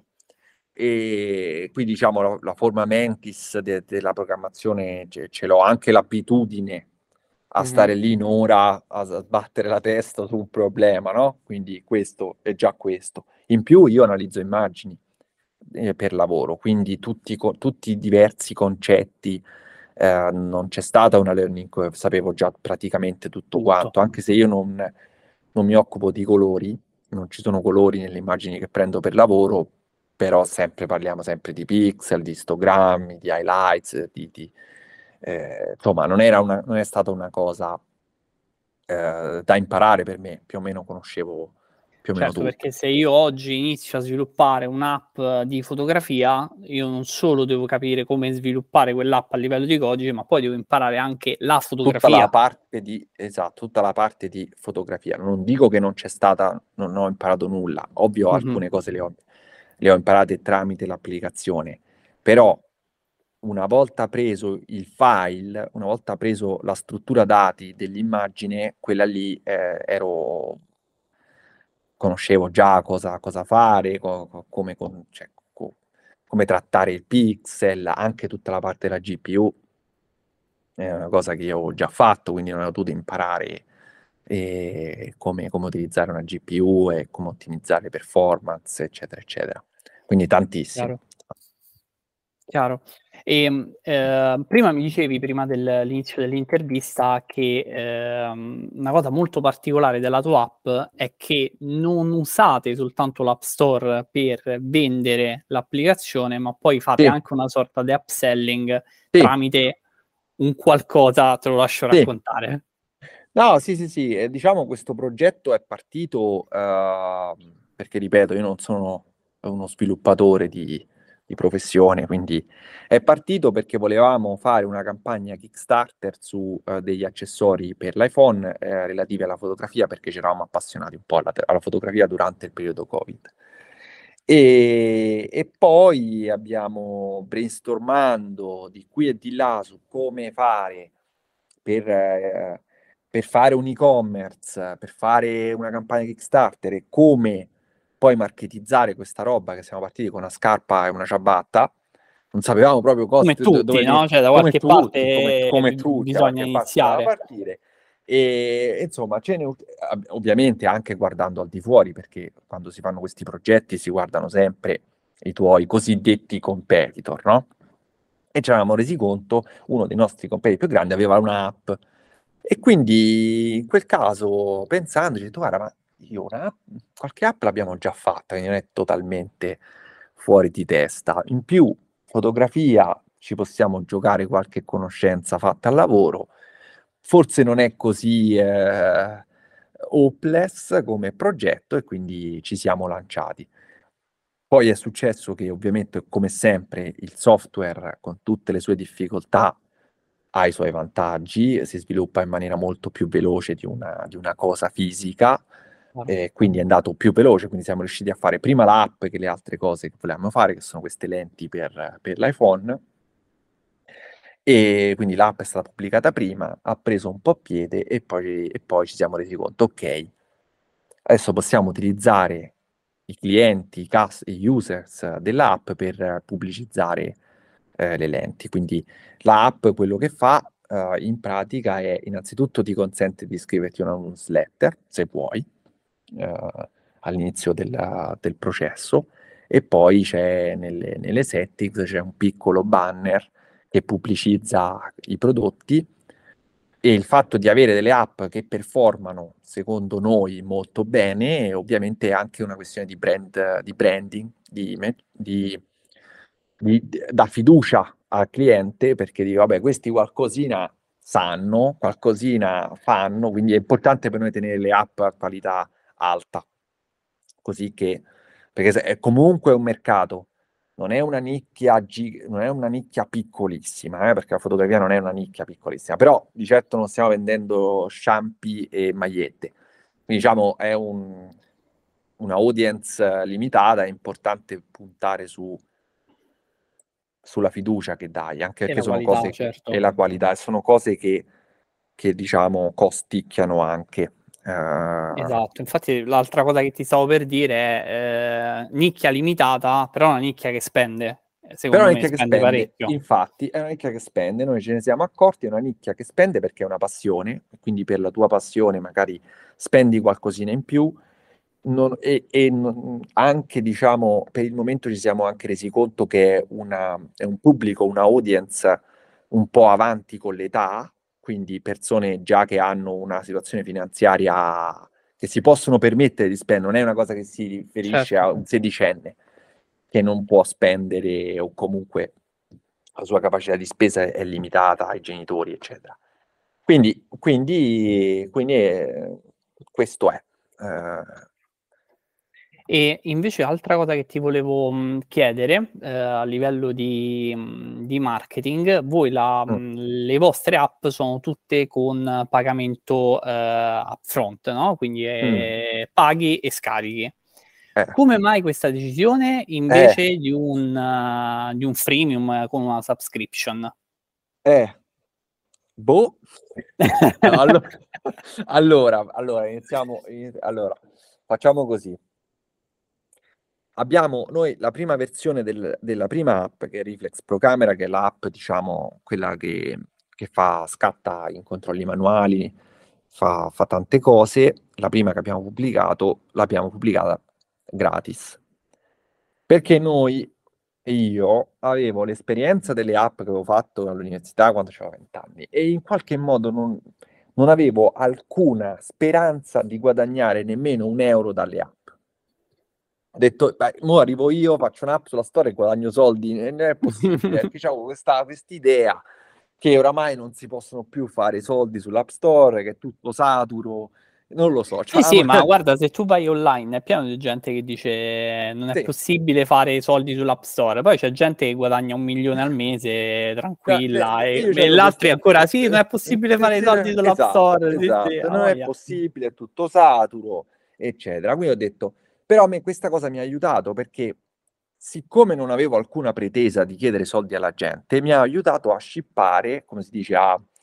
E qui diciamo la forma mentis della programmazione ce l'ho, anche l'abitudine a stare lì in ora a sbattere la testa su un problema, no? Quindi questo è già questo. In più io analizzo immagini per lavoro, quindi tutti i diversi concetti, non c'è stata una learning curve, sapevo già praticamente tutto quanto, anche se io non mi occupo di colori, non ci sono colori nelle immagini che prendo per lavoro, però parliamo sempre di pixel, di histogrammi, di highlights, insomma, non è stata una cosa da imparare per me, più o meno conoscevo più o meno Certo, tutto. perché se io oggi inizio a sviluppare un'app di fotografia, io non solo devo capire come sviluppare quell'app a livello di codice, ma poi devo imparare anche la Tutta la fotografia. parte tutta la parte di fotografia. Non dico che non c'è stata, non ho imparato nulla, ovvio alcune cose le ho imparate tramite l'applicazione, però una volta preso il file, una volta preso la struttura dati dell'immagine, quella lì conoscevo già cosa fare, come trattare il pixel, anche tutta la parte della GPU. È una cosa che io ho già fatto, quindi non ho dovuto imparare come utilizzare una GPU e come ottimizzare le performance, eccetera, eccetera. Quindi tantissimo. Chiaro. E prima mi dicevi, prima dell'inizio dell'intervista, che una cosa molto particolare della tua app è che non usate soltanto l'App Store per vendere l'applicazione, ma poi fate Sì, anche una sorta di upselling sì, tramite un qualcosa, te lo lascio sì. raccontare. No, sì, diciamo questo progetto è partito perché, ripeto, io non sono uno sviluppatore di professione, quindi è partito perché volevamo fare una campagna Kickstarter su degli accessori per l'iPhone relativi alla fotografia, perché ci eravamo appassionati un po' alla fotografia durante il periodo Covid. E poi abbiamo brainstormando di qui e di là su come fare per fare un e-commerce, per fare una campagna Kickstarter e come poi marketizzare questa roba, che siamo partiti con una scarpa e una ciabatta, non sapevamo proprio Come tutti, no? Cioè, da come qualche tutti, parte come tutti, da bisogna qualche parte doveva iniziare. partire. E insomma, ovviamente anche guardando al di fuori, perché quando si fanno questi progetti si guardano sempre i tuoi cosiddetti competitor, no? E ci eravamo resi conto, uno dei nostri competitor più grandi aveva un'app. E quindi in quel caso, pensandoci, tu guarda, ma io qualche app l'abbiamo già fatta, quindi non è totalmente fuori di testa. In più, fotografia, ci possiamo giocare qualche conoscenza fatta al lavoro. Forse non è così hopeless come progetto e quindi ci siamo lanciati. Poi è successo che ovviamente, come sempre, il software con tutte le sue difficoltà ha i suoi vantaggi, si sviluppa in maniera molto più veloce di una cosa fisica, quindi è andato più veloce, quindi siamo riusciti a fare prima l'app che le altre cose che volevamo fare, che sono queste lenti per l'iPhone. E quindi l'app è stata pubblicata prima, ha preso un po' piede e poi ci siamo resi conto, ok, adesso possiamo utilizzare i clienti, i users dell'app per pubblicizzare le lenti. Quindi l'app quello che fa in pratica è innanzitutto ti consente di iscriverti a una newsletter, se vuoi, all'inizio del processo, e poi c'è nelle settings c'è un piccolo banner che pubblicizza i prodotti, e il fatto di avere delle app che performano secondo noi molto bene ovviamente è anche una questione di branding, da fiducia al cliente, perché dico vabbè, questi qualcosina sanno, qualcosina fanno, quindi è importante per noi tenere le app a qualità alta, così che, perché è comunque un mercato, non è una nicchia, non è una nicchia piccolissima, perché la fotografia non è una nicchia piccolissima, però di certo non stiamo vendendo shampoo e magliette, quindi diciamo è una audience limitata, è importante puntare sulla fiducia che dai, anche E perché la sono qualità, cose certo. e la qualità, sono cose che diciamo costicchiano anche. Esatto, infatti l'altra cosa che ti stavo per dire è nicchia limitata, però una nicchia che spende, Però è secondo una me nicchia che spende spende, parecchio. infatti, è una nicchia che spende, noi ce ne siamo accorti, è una nicchia che spende perché è una passione, quindi per la tua passione magari spendi qualcosina in più, anche diciamo per il momento ci siamo anche resi conto che è un pubblico, una audience un po' avanti con l'età, quindi persone già che hanno una situazione finanziaria che si possono permettere di spendere, non è una cosa che si riferisce Certo. a un sedicenne che non può spendere, o comunque la sua capacità di spesa è limitata ai genitori, eccetera. Quindi questo è. E invece altra cosa che ti volevo chiedere, a livello di marketing, voi Mm. le vostre app sono tutte con pagamento upfront, no? Quindi paghi e scarichi. Eh, Come mai questa decisione eh, invece di un freemium con una subscription? eh, boh. No, allora, iniziamo. Allora, facciamo così. Abbiamo noi la prima versione della prima app, che è Reflex Pro Camera, che è l'app, diciamo, quella che scatta in controlli manuali, fa tante cose. La prima che abbiamo pubblicato, l'abbiamo pubblicata gratis. Perché io avevo l'esperienza delle app che avevo fatto all'università quando avevo 20 anni e in qualche modo non avevo alcuna speranza di guadagnare nemmeno un euro dalle app. Ho detto, beh, mo arrivo io, faccio un'app sulla storia e guadagno soldi, non è possibile, perché avevo questa idea che oramai non si possono più fare soldi sull'App Store, che è tutto saturo, non lo so. Sì, sì, ma guarda, se tu vai online è pieno di gente che dice non è Sì. possibile fare soldi sull'App Store, poi c'è gente che guadagna 1 milione al mese tranquilla e l'altro è ancora sì, non è possibile fare soldi sull'App Store. Sì, sì, Esatto, non è possibile, è tutto saturo, eccetera. Quindi ho detto, però a me questa cosa mi ha aiutato perché siccome non avevo alcuna pretesa di chiedere soldi alla gente, mi ha aiutato a shippare, come si dice,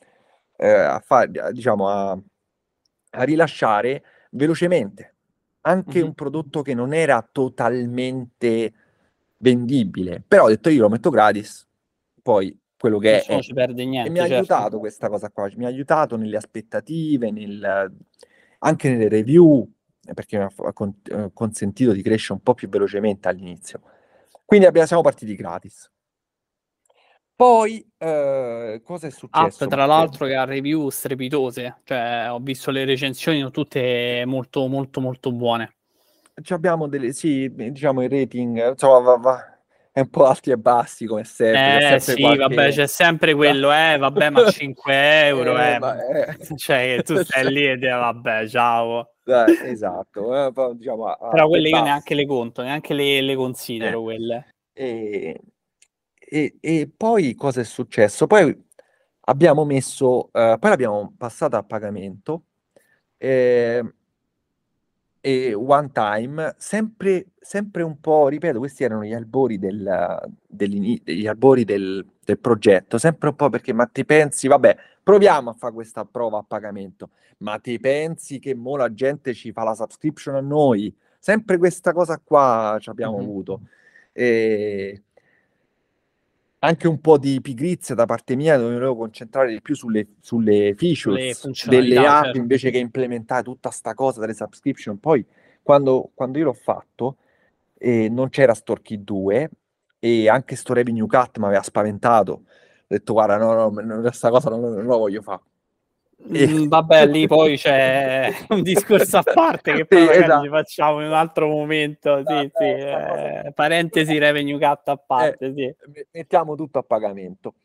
diciamo, a rilasciare velocemente anche un prodotto che non era totalmente vendibile. Però ho detto io lo metto gratis, poi quello che Nessuno è. ci perde E mi ha niente, certo. aiutato questa cosa qua, mi ha aiutato nelle aspettative, anche nelle review, perché mi ha consentito di crescere un po' più velocemente all'inizio. Quindi siamo partiti gratis. Poi, cosa è App, successo, tra Matteo? l'altro, che ha review strepitose, cioè ho visto le recensioni, sono tutte molto, molto, molto buone. Abbiamo sì, diciamo il rating, insomma, è un po' alti e bassi come sempre, c'è sempre Sì, vabbè, qualche. c'è sempre quello, vabbè, ma 5 euro, Ma, cioè, tu stai lì e dici, vabbè, ciao. dai, esatto, diciamo Però alti e quelle io bassi. neanche le conto, neanche le Eh. considero quelle. E, e poi cosa è successo? Poi abbiamo messo, poi l'abbiamo passata a pagamento. eh, e one time, sempre un po', ripeto, questi erano gli albori gli albori del progetto, sempre un po' perché, ma ti pensi, vabbè, proviamo a fare questa prova a pagamento, ma ti pensi che mo la gente ci fa la subscription a noi? Sempre questa cosa qua ci abbiamo avuto. E anche un po' di pigrizia da parte mia, dove mi volevo concentrare di più sulle features funzionalità, delle app, certo. invece che implementare tutta sta cosa delle subscription. Poi, quando io l'ho fatto, non c'era StoreKit 2 e anche sto Revenue Cut mi aveva spaventato. Ho detto, guarda, no, questa cosa non la voglio fare. Vabbè, lì poi c'è un discorso a parte che poi Sì, magari esatto. ci facciamo in un altro momento. Sì, sì, parentesi revenue cut a parte, sì. Mettiamo tutto a pagamento.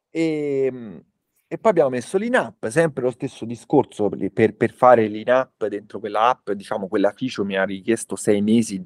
E poi abbiamo messo l'in-app, sempre lo stesso discorso, per fare l'in-app dentro quella app, diciamo, quella feature mi ha richiesto 6 mesi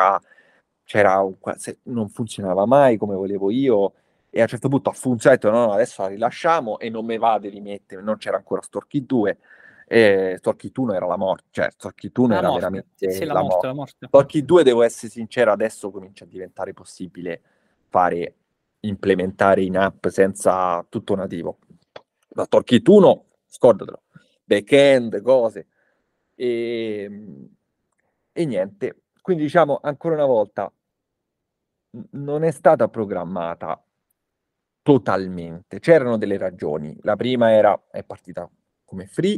non funzionava mai come volevo io, e a un certo punto ha funzionato, no, adesso la rilasciamo e non me va di rimettere, non c'era ancora StoreKit 2, StoreKit 1 era la morte, cioè StoreKit 1 La era morte, veramente sì, la morte. la morte. StoreKit 2, devo essere sincero, adesso comincia a diventare possibile implementare in app senza tutto nativo. Da StoreKit 1, scordatelo, back-end, cose. E niente, quindi diciamo ancora una volta, non è stata programmata totalmente, c'erano delle ragioni. La prima è partita come free,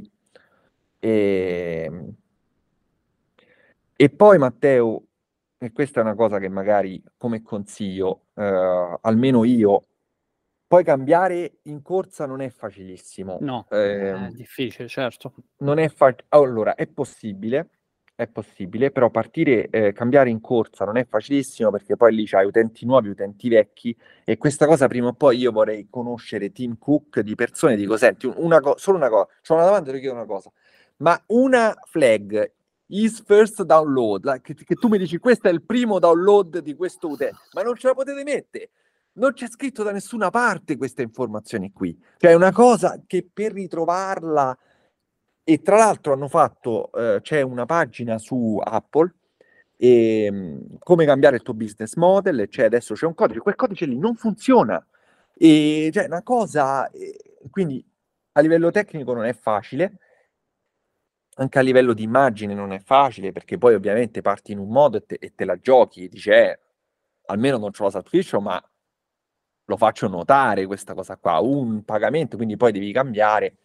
e poi Matteo, e questa è una cosa che magari come consiglio, almeno io, poi cambiare in corsa non è facilissimo. No, è difficile, certo. Non è allora, è possibile, però cambiare in corsa non è facilissimo, perché poi lì c'hai utenti nuovi, utenti vecchi, e questa cosa prima o poi io vorrei conoscere Tim Cook di persone, dico, senti, solo una cosa, c'ho una domanda e ti chiedo una cosa, ma una flag is first download, che tu mi dici questo è il primo download di questo utente, ma non ce la potete mettere? Non c'è scritto da nessuna parte queste informazioni qui. Cioè è una cosa che per ritrovarla. E tra l'altro hanno fatto, c'è una pagina su Apple, come cambiare il tuo business model, adesso c'è un codice, quel codice lì non funziona. E cioè una cosa, quindi a livello tecnico non è facile, anche a livello di immagine non è facile, perché poi ovviamente parti in un modo e te la giochi, dici, almeno non c'ho la subscription, ma lo faccio notare questa cosa qua, un pagamento, quindi poi devi cambiare.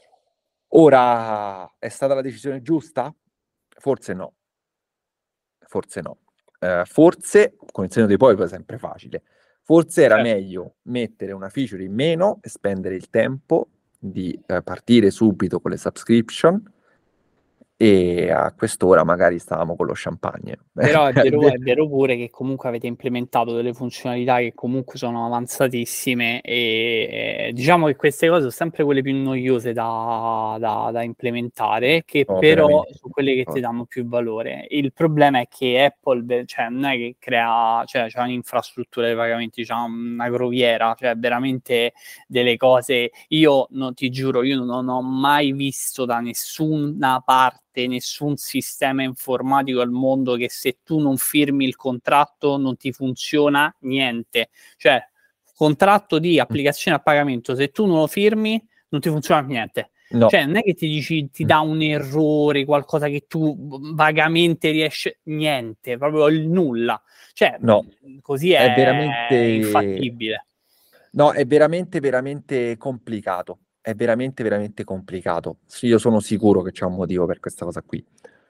Ora, è stata la decisione giusta? Forse no. Forse no. Forse, con il senno dei poi è sempre facile, forse era meglio mettere una feature in meno e spendere il tempo di partire subito con le subscription, e a quest'ora magari stavamo con lo champagne. Però è vero pure che comunque avete implementato delle funzionalità che comunque sono avanzatissime, e diciamo che queste cose sono sempre quelle più noiose da implementare, che però veramente. sono quelle che ti danno più valore. Il problema è che Apple, cioè, non è che crea, cioè, c'è un'infrastruttura dei pagamenti, c'è una groviera, cioè veramente delle cose. Io ti giuro, io non ho mai visto da nessuna parte nessun sistema informatico al mondo che se tu non firmi il contratto non ti funziona niente. Cioè, contratto di applicazione a pagamento, se tu non lo firmi non ti funziona niente. No. Cioè, non è che ti dà un errore, qualcosa che tu vagamente riesci, niente, proprio il nulla. Cioè, no, così è veramente infattibile. No, è veramente, veramente complicato. È veramente, veramente complicato. Sì, io sono sicuro che c'è un motivo per questa cosa qui.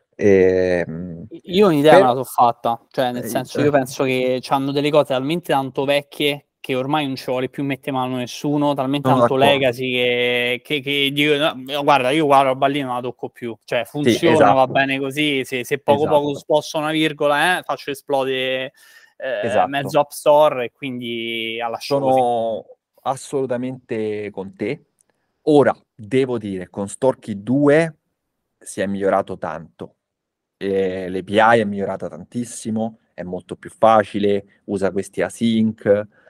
Io un'idea me la sono fatta, cioè nel senso, io penso che hanno delle cose talmente tanto vecchie che ormai non ci vuole più mettere mano nessuno, talmente tanto legacy che dico, no, guarda, io guardo Ballino non la tocco più, cioè funziona, sì, esatto, va bene così, se poco poco sposto una virgola, faccio esplodere mezzo App Store, e quindi sono assolutamente con te. Ora, devo dire, con StoreKit 2 si è migliorato tanto. L'API è migliorata tantissimo, è molto più facile, usa questi async,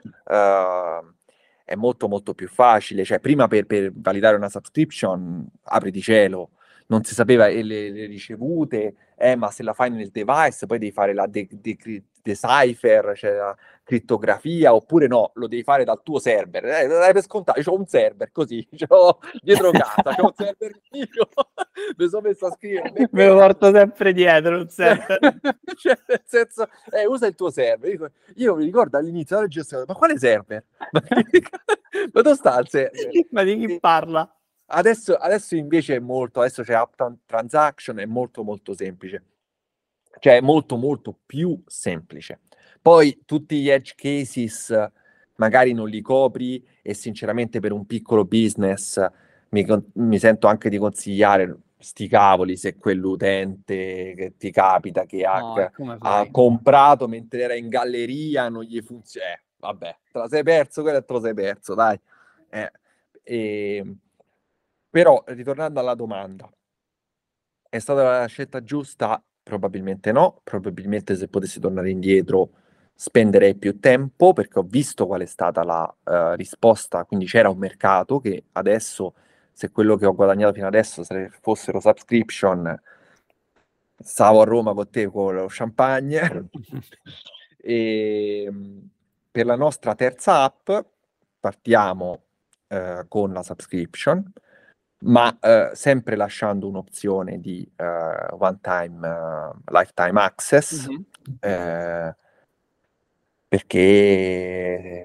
è molto molto più facile. Cioè, prima per validare una subscription, apriti cielo, non si sapeva le ricevute, ma se la fai nel device poi devi fare la decipher, cioè la crittografia, oppure no, lo devi fare dal tuo server. Lo dai per scontato, io ho un server così, c'ho dietro casa, c'ho un server mio, mi sono messo a scrivere. Me lo porto sempre dietro un server. Cioè, nel senso, usa il tuo server. Io mi ricordo all'inizio della gestione, ma quale server? Ma dove sta il server? Ma di chi parla? Adesso invece è molto, adesso c'è App Transaction, è molto molto semplice, cioè è molto molto più semplice. Poi tutti gli edge cases magari non li copri e sinceramente per un piccolo business mi sento anche di consigliare sti cavoli se quell'utente che ti capita che ha comprato mentre era in galleria non gli funziona. Vabbè, te la sei perso, quello te lo sei perso, dai. Però, ritornando alla domanda, è stata la scelta giusta? Probabilmente no, probabilmente se potessi tornare indietro spenderei più tempo, perché ho visto qual è stata la risposta, quindi c'era un mercato che adesso, se quello che ho guadagnato fino adesso fossero subscription, stavo a Roma con te con lo champagne. E per la nostra terza app partiamo con la subscription, ma sempre lasciando un'opzione di one time lifetime access, perché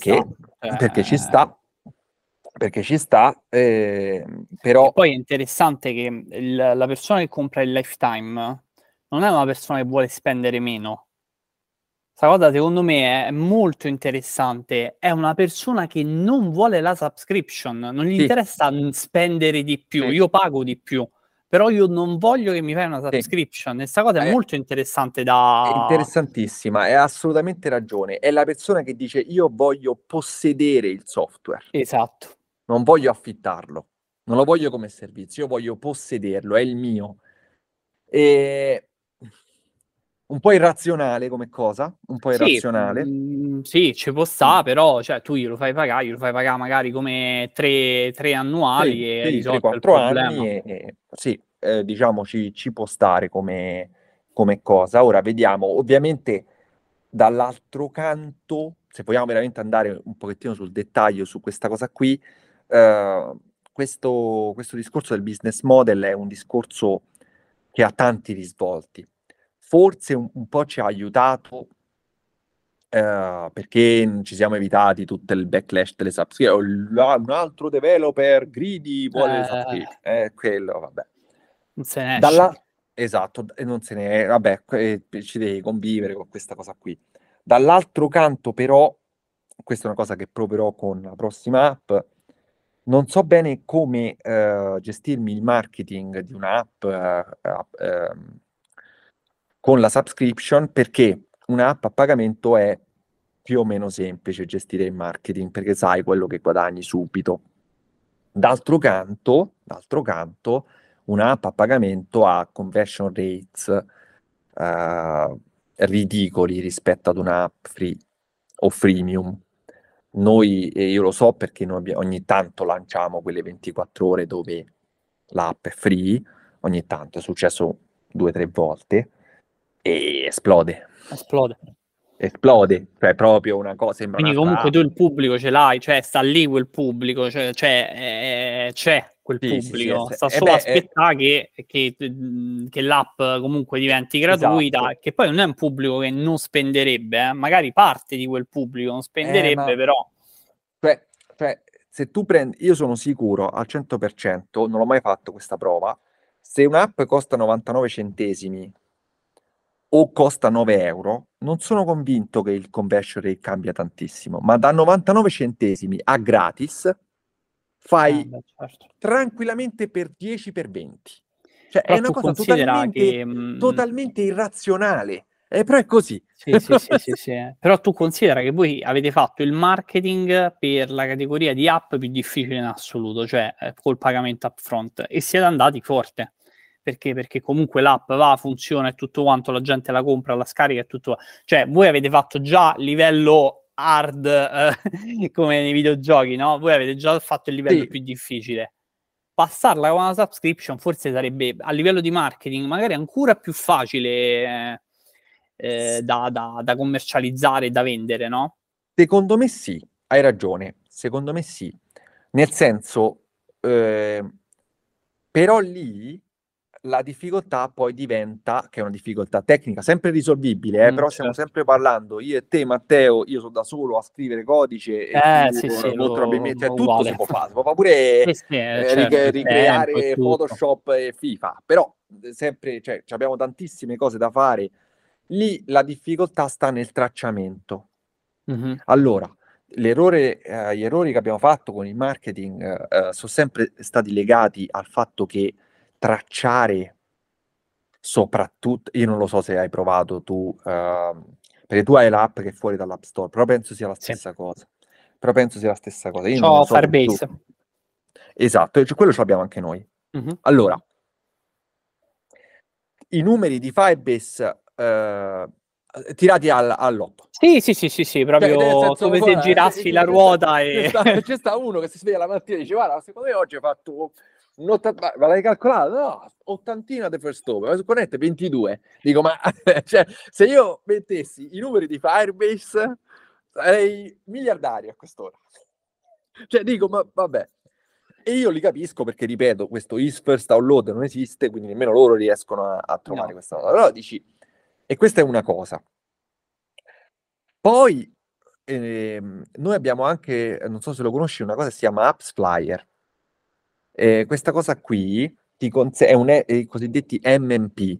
ci sta, però e poi è interessante che la persona che compra il lifetime non è una persona che vuole spendere meno. Questa cosa secondo me è molto interessante, è una persona che non vuole la subscription, non gli interessa spendere di più, io pago di più, però io non voglio che mi fai una subscription. Questa cosa è molto interessante È interessantissima, hai assolutamente ragione, è la persona che dice io voglio possedere il software. Esatto. Non voglio affittarlo, non lo voglio come servizio, io voglio possederlo, è il mio. E un po' irrazionale come cosa, un po' irrazionale. Sì, ci può stare, però cioè, tu glielo fai pagare magari come tre annuali e hai risolto il problema. Anni sì, diciamo ci può stare come cosa. Ora vediamo, ovviamente dall'altro canto, se vogliamo veramente andare un pochettino sul dettaglio su questa cosa qui, questo discorso del business model è un discorso che ha tanti risvolti. Forse un po' ci ha aiutato perché ci siamo evitati tutto il backlash delle subscription. Un altro developer greedy vuole le subscription. Quello, vabbè. Non se ne esce. Esatto, e non se ne è, vabbè, ci devi convivere con questa cosa qui. Dall'altro canto, però, questa è una cosa che proverò con la prossima app, non so bene come gestirmi il marketing di un'app con la subscription, perché un'app a pagamento è più o meno semplice gestire il marketing, perché sai quello che guadagni subito. D'altro canto, un'app a pagamento ha conversion rates ridicoli rispetto ad un'app free o freemium. Noi, e io lo so perché noi ogni tanto lanciamo quelle 24 ore dove l'app è free, ogni tanto è successo 2 o 3 volte, e esplode, cioè proprio una cosa, sembra quindi comunque tu il pubblico ce l'hai, cioè sta lì quel pubblico, cioè c'è quel pubblico, sta solo a aspettare che l'app comunque diventi gratuita, esatto. Che poi non è un pubblico che non spenderebbe, magari parte di quel pubblico non spenderebbe, però cioè se tu prendi, io sono sicuro al 100%, non l'ho mai fatto questa prova, se un'app costa 99 centesimi o costa 9 euro, non sono convinto che il conversion rate cambia tantissimo, ma da 99 centesimi a gratis fai tranquillamente per 10, per 20. Cioè è una cosa totalmente irrazionale, però è così. Sì. Però tu considera che voi avete fatto il marketing per la categoria di app più difficile in assoluto, cioè col pagamento upfront, e siete andati forte. Perché comunque l'app va, funziona e tutto quanto, la gente la compra, la scarica e tutto. Cioè, voi avete fatto già livello hard come nei videogiochi, no? Voi avete già fatto il livello più difficile. passarla con una subscription forse sarebbe a livello di marketing magari ancora più facile da commercializzare e da vendere, no? Secondo me sì, hai ragione, secondo me sì. Nel senso, però lì la difficoltà poi diventa, che è una difficoltà tecnica, sempre risolvibile, però stiamo Certo. sempre parlando, io e te Matteo, io sono da solo a scrivere codice e tu Sì, molto probabilmente, cioè, tutto uguale. si può fare pure Sì, certo, il tempo e ricreare tutto. Photoshop e FIFA, però sempre, cioè, abbiamo tantissime cose da fare. Lì la difficoltà sta nel tracciamento. Mhm. Allora, gli errori che abbiamo fatto con il marketing sono sempre stati legati al fatto che tracciare, soprattutto, io non lo so se hai provato tu, perché tu hai l'app che è fuori dall'App Store, però penso sia la Sì. stessa cosa. Però penso sia la stessa cosa. Io non C'ho lo so se tu... Firebase. Esatto, cioè, quello ce l'abbiamo anche noi. Mhm. Allora, i numeri di Firebase tirati all'otto. Sì, Cioè, nel proprio senso, come se girassi la ruota e... c'è sta uno che si sveglia la mattina e dice: Guarda, secondo me oggi ho fatto un 80, ma l'hai calcolato? No, ottantina di first over, connette 22. Dico, ma cioè, se io mettessi i numeri di Firebase sarei miliardario a quest'ora. Cioè, dico, ma vabbè. E io li capisco perché, ripeto, questo is first download non esiste, quindi nemmeno loro riescono a trovare No. questa cosa. Allora dici, e questa è una cosa. Poi noi abbiamo anche, non so se lo conosci, una cosa che si chiama Apps Flyer. Questa cosa qui i cosiddetti MMP,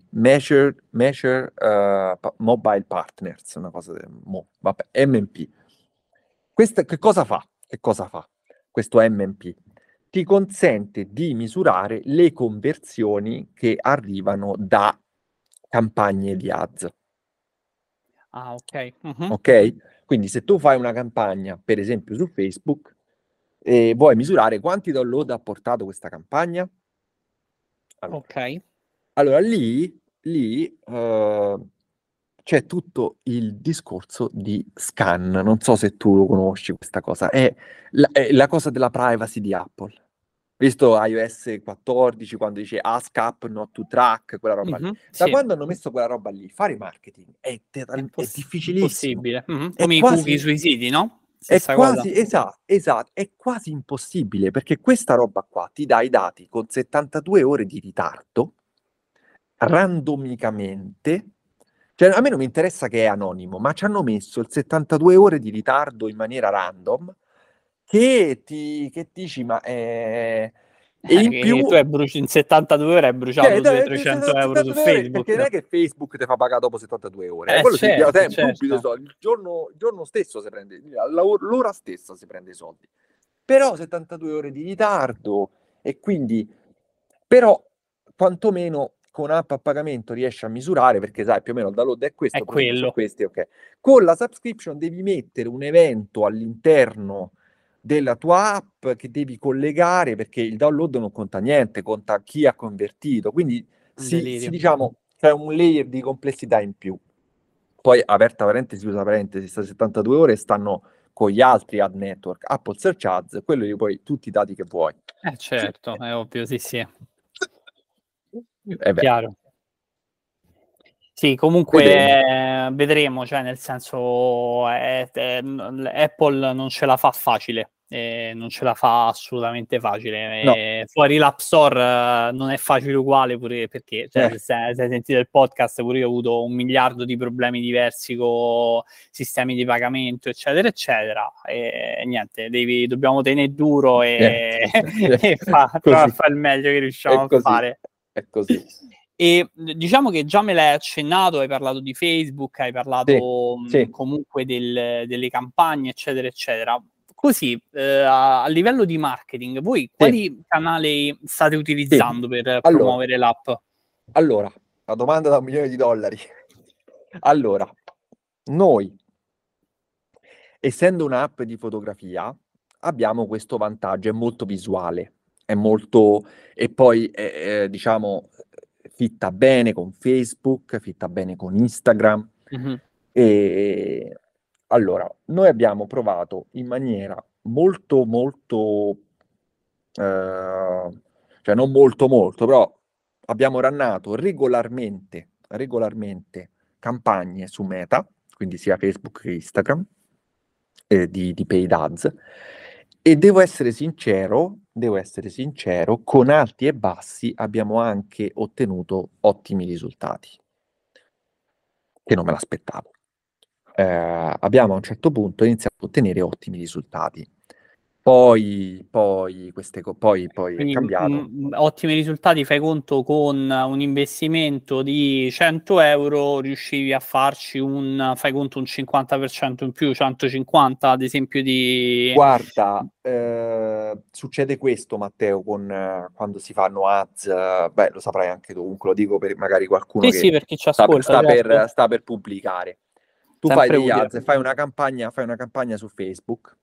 Mobile Partners, una cosa vabbè, MMP. Che cosa fa? Che cosa fa questo MMP? Ti consente di misurare le conversioni che arrivano da campagne di ads. Ah, ok. Mhm. Ok? Quindi se tu fai una campagna, per esempio su Facebook, e vuoi misurare quanti download ha portato questa campagna, Ok. allora lì c'è tutto il discorso di scan. Non so se tu lo conosci questa cosa. È la cosa della privacy di Apple. Visto iOS 14, quando dice ask app not to track, quella roba lì. Mhm. Da Sì, quando hanno messo quella roba lì, fare marketing è difficilissimo. impossibile. Mhm. È Come i cookie quasi, sui siti, no? è Stessa cosa. quasi, esatto, è quasi impossibile perché questa roba qua ti dà i dati con 72 ore di ritardo, randomicamente. Cioè, a me non mi interessa che è anonimo, ma ci hanno messo il 72 ore di ritardo in maniera random che dici, ma e in Che tu più, hai in 72 ore hai bruciato 200-300 € su 72 ore, Facebook. perché non è che Facebook ti fa pagare dopo 72 ore, quello si invia Certo, sempre, subito i certo. soldi, il giorno stesso si prende, l'ora stessa si prende i soldi. Però 72 ore di ritardo e quindi, però, quantomeno con app a pagamento riesci a misurare, perché sai, più o meno il download è questo, È i profitti sono quello. questi, ok. Con la subscription devi mettere un evento all'interno della tua app che devi collegare, perché il download non conta niente, conta chi ha convertito, quindi Un delirio. diciamo, c'è un layer di complessità in più. Poi, aperta parentesi, chiusa parentesi, queste 72 ore stanno con gli altri ad network, Apple Search Ads, quello di poi tutti i dati che vuoi. Certo, è ovvio, sì. Beh, Chiaro. Sì, comunque vedremo. vedremo, cioè nel senso Apple non ce la fa facile, non ce la fa assolutamente facile. No, Fuori l'App Store non è facile uguale pure perché, cioè, eh, se hai sentito il podcast, pure io ho avuto 1 miliardo di problemi diversi con sistemi di pagamento, eccetera, eccetera. E niente, dobbiamo tenere duro e, e così, fare il meglio che riusciamo è a così, fare. è così. E diciamo che già me l'hai accennato, hai parlato di Facebook, hai Sì, parlato sì, comunque delle campagne, eccetera, eccetera. Così, a livello di marketing, voi sì, quali canali state sì. utilizzando per Allora, promuovere l'app? la domanda da $1.000.000. Allora, noi, essendo un'app di fotografia, abbiamo questo vantaggio, è molto visuale, è molto, e poi diciamo fitta bene con Facebook, fitta bene con Instagram. Mhm. E allora, noi abbiamo provato in maniera molto, molto cioè non molto molto, però abbiamo runnato regolarmente campagne su Meta, quindi sia Facebook che Instagram, di paid ads, e devo essere sincero, con alti e bassi abbiamo anche ottenuto ottimi risultati, che non me l'aspettavo. Abbiamo a un certo punto iniziato a ottenere ottimi risultati. Poi è Quindi cambiato. ottimi risultati, fai conto con un investimento di 100 euro riuscivi a farci fai conto un 50% in più, 150 ad esempio di... Guarda, succede questo, Matteo, quando si fanno ads, beh, lo saprai anche tu, comunque lo dico per magari qualcuno Sì, sì, che per chi ci ascolta, certo. sta per pubblicare. Tu fai Sempre degli utile. ads e fai una campagna su Facebook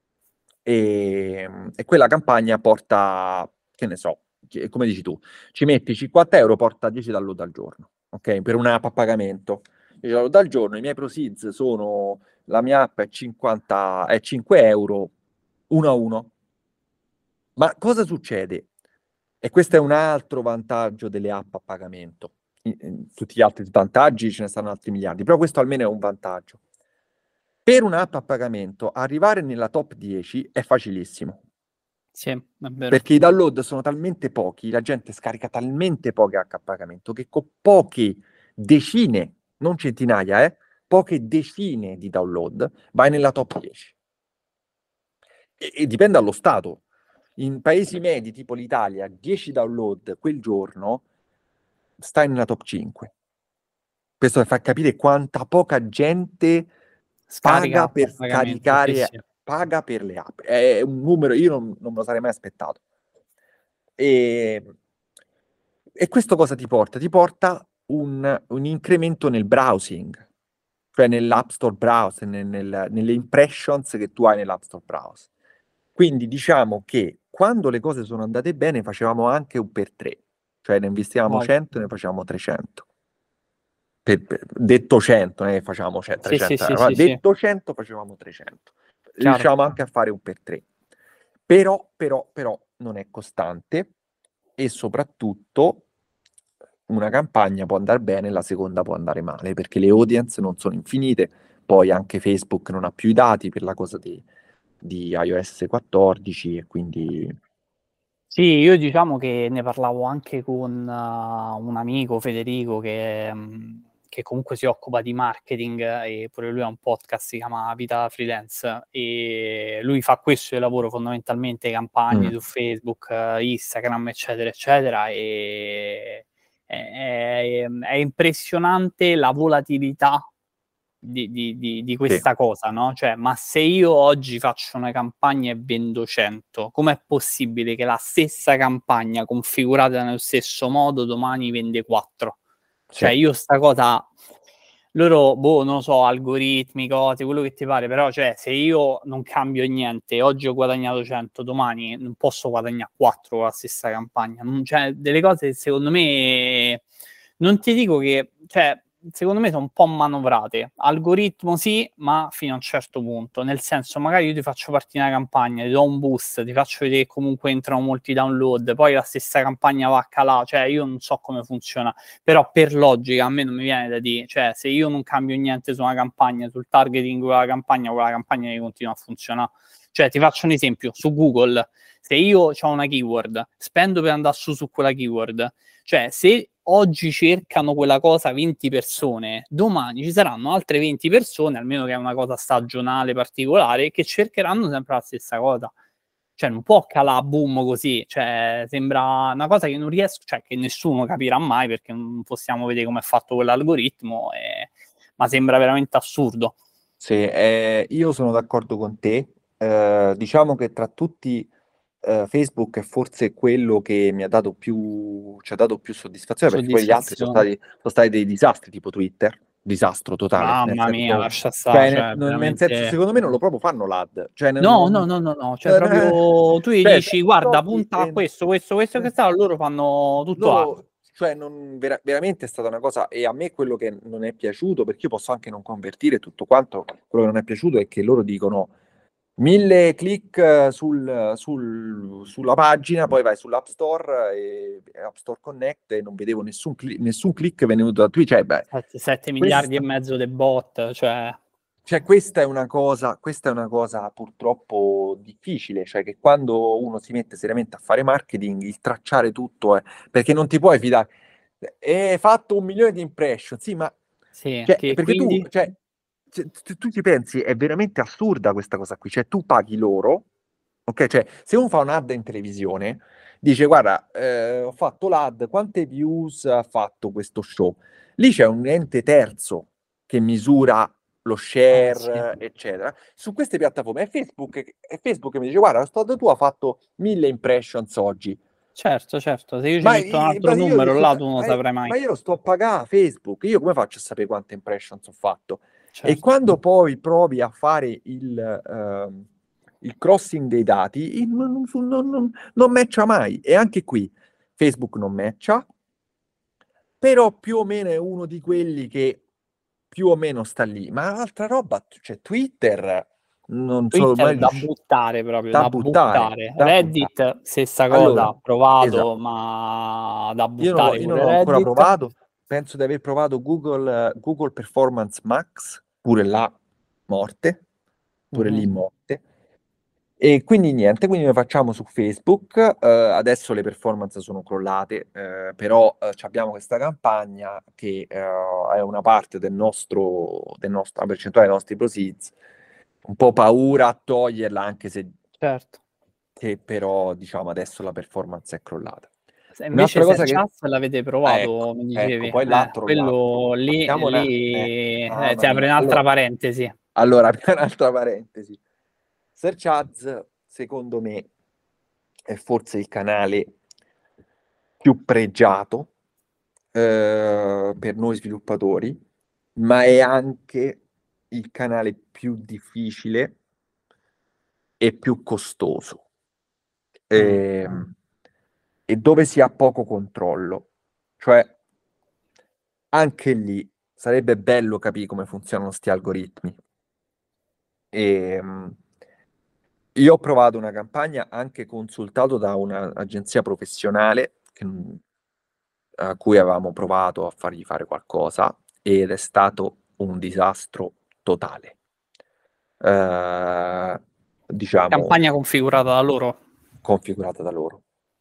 e quella campagna porta, che ne so, come dici tu, ci metti 50 euro, porta 10 download al giorno, ok? Per un'app a pagamento. 10 download al giorno, i miei proceeds sono, la mia app è 5 euro, 1 a 1. Ma cosa succede? E questo è un altro vantaggio delle app a pagamento. Tutti gli altri svantaggi ce ne stanno altri miliardi, però questo almeno è un vantaggio. Per un'app a pagamento arrivare nella top 10 è facilissimo, Sì, è vero. perché i download sono talmente pochi, la gente scarica talmente poche app a pagamento che con poche decine, non centinaia, poche decine di download vai nella top 10. E dipende dallo stato. In paesi medi tipo l'Italia, 10 download quel giorno stai nella top 5. Questo per far capire quanta poca gente Scarica paga a per pagamento, sì, scaricare, sì. paga per le app. È un numero, io non me lo sarei mai aspettato. E questo cosa ti porta? Ti porta un incremento nel browsing, cioè nell'App Store browser, nelle impressions che tu hai nell'App Store browser. Quindi diciamo che quando le cose sono andate bene facevamo anche un per 3, cioè ne investivamo Vai. 100 e ne facevamo 300. Detto 100, ne facevamo Sì, 300 sì, euro, ma sì, sì, detto 100 facevamo 300. chiaro. Riusciamo anche a fare un per 3. Però non è costante e soprattutto una campagna può andare bene, la seconda può andare male, perché le audience non sono infinite, poi anche Facebook non ha più i dati per la cosa di iOS 14 e quindi... Sì, io diciamo che ne parlavo anche con un amico, Federico, che comunque si occupa di marketing e pure lui ha un podcast, si chiama Vita Freelance e lui fa questo di lavoro fondamentalmente, campagne su Facebook, Instagram, eccetera, eccetera e è impressionante la volatilità di Sì, questa cosa, no? Cioè, ma se io oggi faccio una campagna e vendo 100, com'è possibile che la stessa campagna configurata nello stesso modo domani vende 4? sì. Cioè, io sta cosa... Loro, boh, non lo so, algoritmi, cose, quello che ti pare, però, cioè, se io non cambio niente, oggi ho guadagnato 100, domani non posso guadagnare 4 con la stessa campagna. Cioè, delle cose, secondo me, non ti dico che, cioè, secondo me sono un po' manovrate. Algoritmo sì, ma fino a un certo punto. Nel senso, magari io ti faccio partire una campagna, ti do un boost, ti faccio vedere che comunque entrano molti download, poi la stessa campagna va a calare, cioè io non so come funziona, però per logica a me non mi viene da dire, cioè se io non cambio niente su una campagna, sul targeting quella campagna che continua a funzionare. Cioè ti faccio un esempio, su Google, se io ho una keyword, spendo per andare su quella keyword, cioè se oggi cercano quella cosa 20 persone, domani ci saranno altre 20 persone, almeno che è una cosa stagionale particolare, che cercheranno sempre la stessa cosa. Cioè non può calare boom così, cioè sembra una cosa che non riesco, cioè che nessuno capirà mai perché non possiamo vedere come è fatto quell'algoritmo, ma sembra veramente assurdo. Sì, io sono d'accordo con te. Diciamo che tra tutti Facebook è forse quello che ci ha dato più soddisfazione, perché poi gli altri Soddisfazione. sono stati dei disastri, tipo Twitter, disastro totale, nel Mamma mia, senso, lascia stare, cioè, cioè nel senso, veramente... secondo me non lo proprio fanno l'ad, cioè, No, no, no, no, no, cioè proprio tu gli cioè, dici prendi i guarda, soldi punta a questo e quest'altro, loro fanno tutto A. loro, cioè, veramente è stata una cosa, e a me quello che non è piaciuto, perché io posso anche non convertire tutto quanto, quello che non è piaciuto è che loro dicono 1000 click sulla pagina, poi vai sull'App Store e App Store Connect e non vedevo nessun click venuto da Twitch. 7 miliardi e mezzo di bot, questa è una cosa purtroppo difficile, cioè che quando uno si mette seriamente a fare marketing, il tracciare tutto perché non ti puoi fidare. Hai fatto 1 milione di impression, sì, ma sì, perché quindi... tu ci pensi, è veramente assurda questa cosa qui, cioè tu paghi loro, ok? Cioè se uno fa un'ad in televisione, dice guarda, ho fatto l'ad, quante views ha fatto questo show? Lì c'è un ente terzo che misura lo share, sì. eccetera. Su queste piattaforme è Facebook che mi dice guarda, sto tu ha fatto 1000 impressions oggi. Certo, se io ci Ma, metto un altro io numero dico, là, tu non lo saprai mai. ma io lo sto a pagare a Facebook, io come faccio a sapere quante impressions ho fatto? E Certo. quando poi provi a fare il crossing dei dati, non matcha mai. E anche qui Facebook non matcha, però più o meno è uno di quelli che più o meno sta lì. Ma l'altra roba, cioè Twitter, non sono Twitter mai da riuscito. buttare proprio, Da da buttare, buttare. da buttare. Reddit, stessa Allora, cosa, provato, esatto. ma da Io buttare non pure l'ho ancora Reddit. provato, penso di aver provato Google Performance Max, pure là morte, pure lì morte. E quindi niente, quindi noi facciamo su Facebook, adesso le performance sono crollate, però abbiamo questa campagna che è una parte la percentuale dei nostri proceeds, un po' paura a toglierla, anche se Certo. che però diciamo adesso la performance è crollata. Se invece Un'altra cosa Search che... Ads l'avete ecco, provato, mi dicevi. poi l'altro Quello lì, apriamo una... ti mamma apre mia. un'altra parentesi. Allora, un'altra parentesi. Search Ads, secondo me, è forse il canale più pregiato per noi sviluppatori, ma è anche il canale più difficile e più costoso. E dove si ha poco controllo. Cioè, anche lì sarebbe bello capire come funzionano sti algoritmi. Io ho provato una campagna anche consultato da un'agenzia professionale a cui avevamo provato a fargli fare qualcosa ed è stato un disastro totale. Diciamo, Campagna configurata da loro. configurata da loro.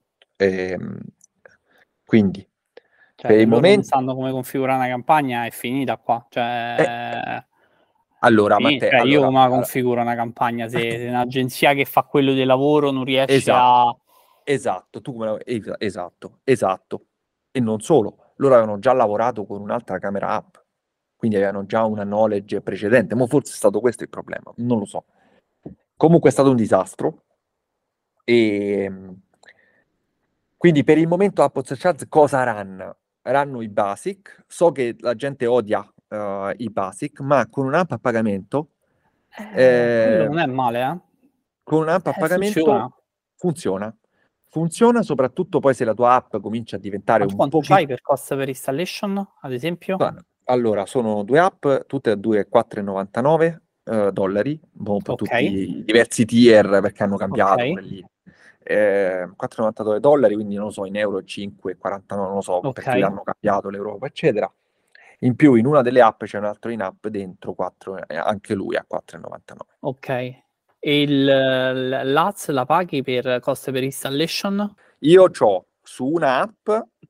Quindi, Cioè, per se il loro non momento... sanno come configurare una campagna, è finita qua. allora, Sì, Matteo, io allora... come la configuro una campagna? Se un'agenzia che fa quello di lavoro non riesce Esatto, a... esatto, esatto. E non solo, loro avevano già lavorato con un'altra camera app, quindi avevano già una knowledge precedente, ma forse è stato questo il problema, non lo so. Comunque è stato un disastro e quindi per il momento Apple Search Ads cosa ranno? Ranno i basic, so che la gente odia i basic, ma con un'app a pagamento quello eh, non è male, con un'app a funziona. pagamento funziona. Funziona soprattutto poi se la tua app comincia a diventare un Quanto c'hai pochino... per cost per installation, ad esempio? Allora, sono due app, tutte e due 4,99 dollari, per Ok, tutti i diversi tier perché hanno cambiato ok, pure lì. 4,99 dollari, quindi non lo so, in euro 5,49, non lo so, ok, perché l'hanno cambiato l'Europa, eccetera. In più, in una delle app c'è un altro in-app dentro, anche lui a 4,99. ok. E l'AZ la paghi per cost per installation? Io ho su un'app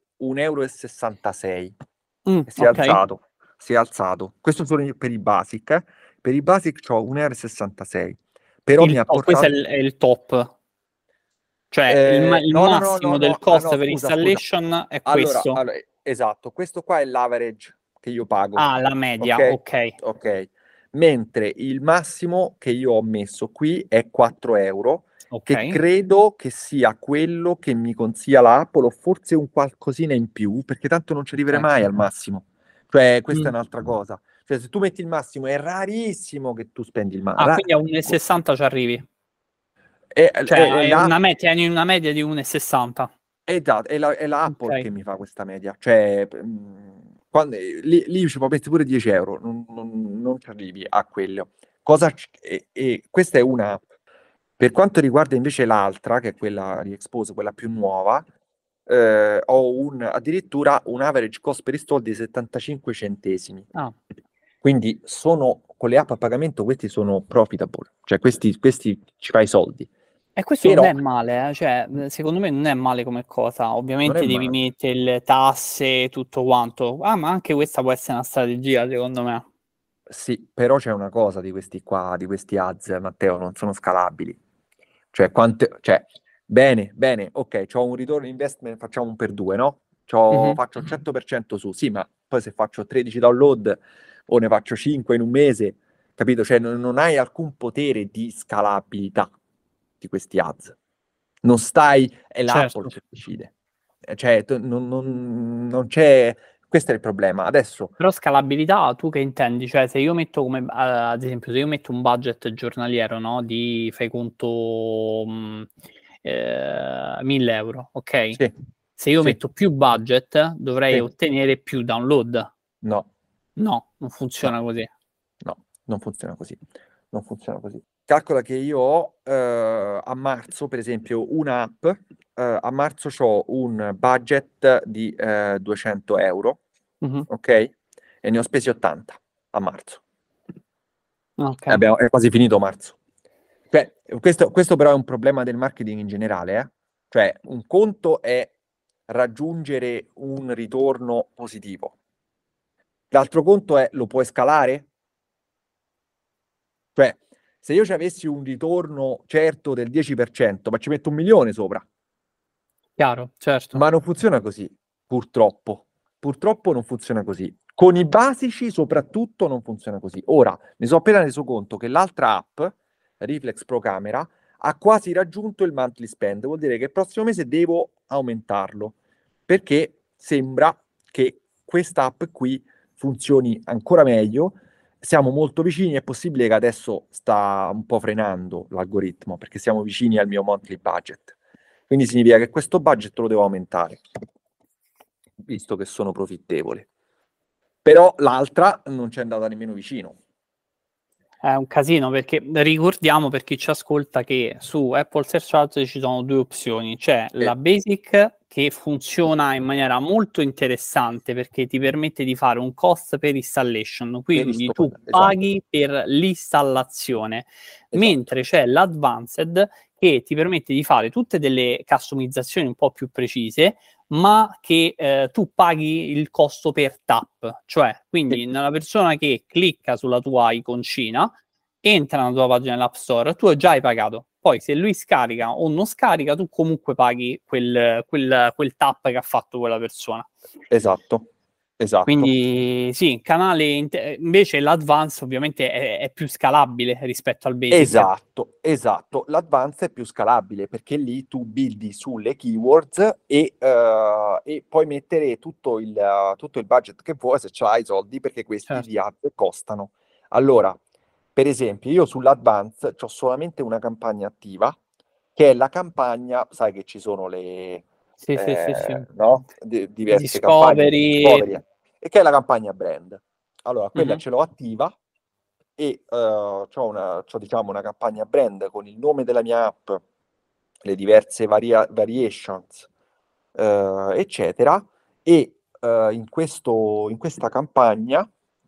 1,66 euro. Si è Ok. alzato, si è alzato. Questo solo per i basic. Per i basic ho 1,66 euro. Però mi ha Questo è portato... è il top. Cioè, il no, no, no, no, massimo del no. Ah cost no, per scusa, scusa. installation è Allora, questo. esatto, questo qua è l'average che io pago. Ah, la media, Ok? ok, Ok. Mentre il massimo che io ho messo qui è 4 euro, che ok. credo che sia quello che mi consiglia l'Apple, o forse un qualcosina in più, perché tanto non ci arriverei Ok. mai al massimo. Cioè, questa è Mm. un'altra cosa. Cioè, se tu metti il massimo, è rarissimo che tu spendi il Ah, massimo. quindi a 1,60 ci arrivi. È, Cioè, è la- tieni una media di 1,60. Esatto, è la Ok, Apple che mi fa questa media. Cioè, lì ci può mettere pure 10 euro, non ci arrivi a quello. E questa è un'app. Per quanto riguarda invece l'altra, che è quella Re-Expose, quella più nuova, ho addirittura un average cost per install di 75 centesimi. Ah. Quindi con le app a pagamento, questi sono profitable, cioè questi ci fai soldi. E questo Però non è male, cioè, secondo me non è male come cosa. Ovviamente devi male. mettere le tasse, tutto quanto. Ah, ma anche questa può essere una strategia, secondo me. Sì, però c'è una cosa di questi ads, Matteo, non sono scalabili. Cioè, bene, ok, c'ho un return on investment, facciamo un per due, no? Faccio il 100% su, sì, ma poi se faccio 13 download o ne faccio 5 in un mese, capito? Cioè, non hai alcun potere di scalabilità di questi ads. Non stai, è l'Apple che decide. Cioè, non c'è... Questo è il problema. Adesso... Però scalabilità, tu che intendi? Cioè, se io metto come, ad esempio, se io metto un budget giornaliero, no? Di, fai conto, 1.000 euro, ok? Sì, Se io sì, metto più budget, dovrei sì. ottenere più download. No, No, non funziona no, così. no, non funziona così. Non funziona così. Calcola che io ho a marzo, per esempio, un'app, a marzo ho un budget di 200 euro, Mhm. ok? E ne ho spesi 80 a marzo. Ok. È quasi finito marzo. Cioè, questo però è un problema del marketing in generale, eh? Cioè, un conto è raggiungere un ritorno positivo. L'altro conto è, lo puoi scalare? Cioè, se io ci avessi un ritorno certo del 10%, ma ci metto 1 milione sopra. Chiaro, certo. Ma non funziona così, purtroppo. Purtroppo non funziona così. Con i basici, soprattutto, non funziona così. Ora, mi sono appena reso conto che l'altra app, Reflex Pro Camera, ha quasi raggiunto il monthly spend. Vuol dire che il prossimo mese devo aumentarlo, perché sembra che questa app qui funzioni ancora meglio. Siamo molto vicini, è possibile che adesso sta un po' frenando l'algoritmo, perché siamo vicini al mio monthly budget. Quindi significa che questo budget lo devo aumentare, visto che sono profittevole. Però l'altra non ci è andata nemmeno vicino. È un casino perché ricordiamo per chi ci ascolta che su Apple Search Ads ci sono due opzioni. C'è la Basic che funziona in maniera molto interessante perché ti permette di fare un cost per installation, quindi tu paghi per l'installazione, mentre c'è l'Advanced che ti permette di fare tutte delle customizzazioni un po' più precise, ma che tu paghi il costo per tap, cioè quindi una persona che clicca sulla tua iconcina, entra nella tua pagina dell'App Store, tu già hai pagato. Poi se lui scarica o non scarica, tu comunque paghi quel tap che ha fatto quella persona. Esatto. Quindi sì, canale invece l'Advance ovviamente è più scalabile rispetto al Basic. Esatto. L'Advance è più scalabile perché lì tu buildi sulle keywords e puoi mettere tutto il budget che vuoi se c'hai i soldi, perché questi di ads costano. Allora, per esempio, io sull'Advance ho solamente una campagna attiva, che è la campagna, sai che ci sono le sì. no? Diverse Discovery. campagne, e che è la campagna brand. Allora, quella ce l'ho attiva e c'ho diciamo una campagna brand con il nome della mia app, le diverse variations, eccetera, e in questa campagna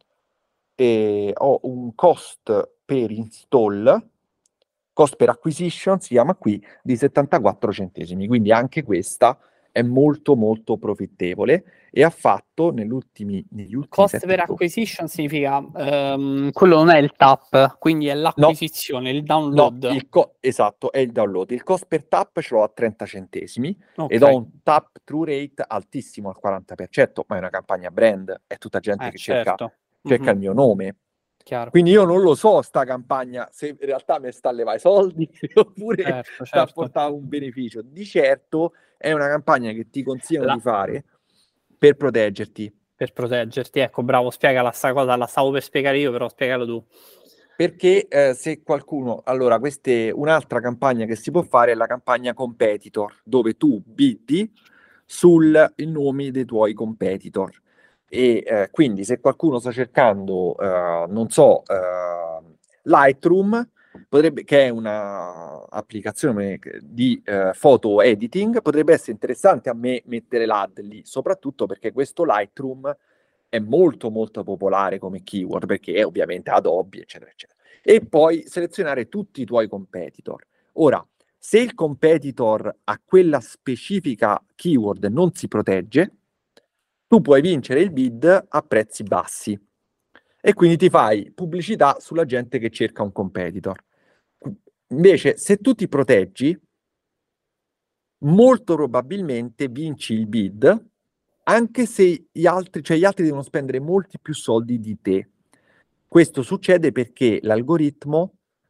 ho un cost per install, cost per acquisition si chiama qui, di 74 centesimi, quindi anche questa è molto molto profittevole e ha fatto negli ultimi Cost per acquisition significa quello non è il tap, quindi è l'acquisizione, il download. No, esatto, è il download. Il cost per tap ce l'ho a 30 centesimi ed ho un tap true rate altissimo al 40%, ma è una campagna brand, è tutta gente che cerca il mio nome. Chiaro. Quindi io non lo so sta campagna se in realtà mi sta a levare i soldi oppure sta a portare un beneficio. Di certo è una campagna che ti consigliano di fare per proteggerti. Per proteggerti, ecco, bravo, spiegala sta cosa, la stavo per spiegare io, però spiegalo tu. Perché se qualcuno... Allora, un'altra campagna che si può fare è la campagna competitor, dove tu bidi sul nomi dei tuoi competitor. E quindi se qualcuno sta cercando, non so, Lightroom, che è una applicazione di photo editing, potrebbe essere interessante a me mettere l'ad lì, soprattutto perché questo Lightroom è molto molto popolare come keyword, perché è ovviamente Adobe, eccetera, eccetera. E poi selezionare tutti i tuoi competitor. Ora, se il competitor a quella specifica keyword non si protegge, tu puoi vincere il bid a prezzi bassi e quindi ti fai pubblicità sulla gente che cerca un competitor. Invece, se tu ti proteggi, molto probabilmente vinci il bid, anche se gli altri devono spendere molti più soldi di te. Questo succede perché l'algoritmo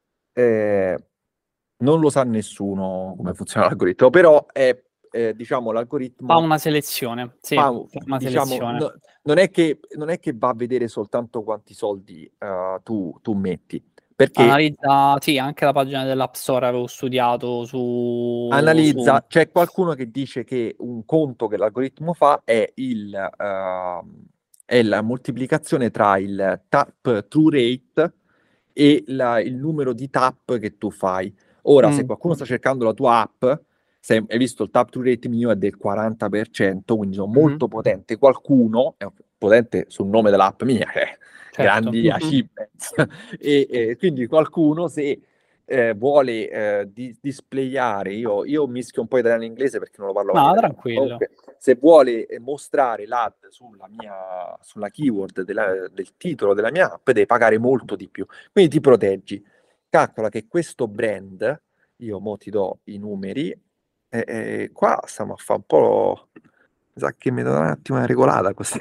non lo sa nessuno come funziona l'algoritmo, però è diciamo Fa l'algoritmo una selezione, sì, fa, fa una diciamo, selezione. non è che va a vedere soltanto quanti soldi tu metti, perché Analizza, sì, anche la pagina dell'App Store avevo studiato su... c'è qualcuno che dice che un conto che l'algoritmo fa è la moltiplicazione tra il tap true rate e il numero di tap che tu fai. Ora, se qualcuno sta cercando la tua app, se hai visto il tap to rate mio è del 40%, quindi sono molto potente. Qualcuno è potente sul nome dell'app mia, Certo. grandi achievements. e quindi qualcuno, se vuole displayare, io mischio un po' italiano e inglese perché non lo parlo mai No, italiano. tranquillo. Comunque, se vuole mostrare l'ad sulla keyword del titolo della mia app, deve pagare molto di più. Quindi ti proteggi. Calcola che questo brand, io mo ti do i numeri, qua stiamo a fare un po'... Mi sa che mi do un attimo una regolata così.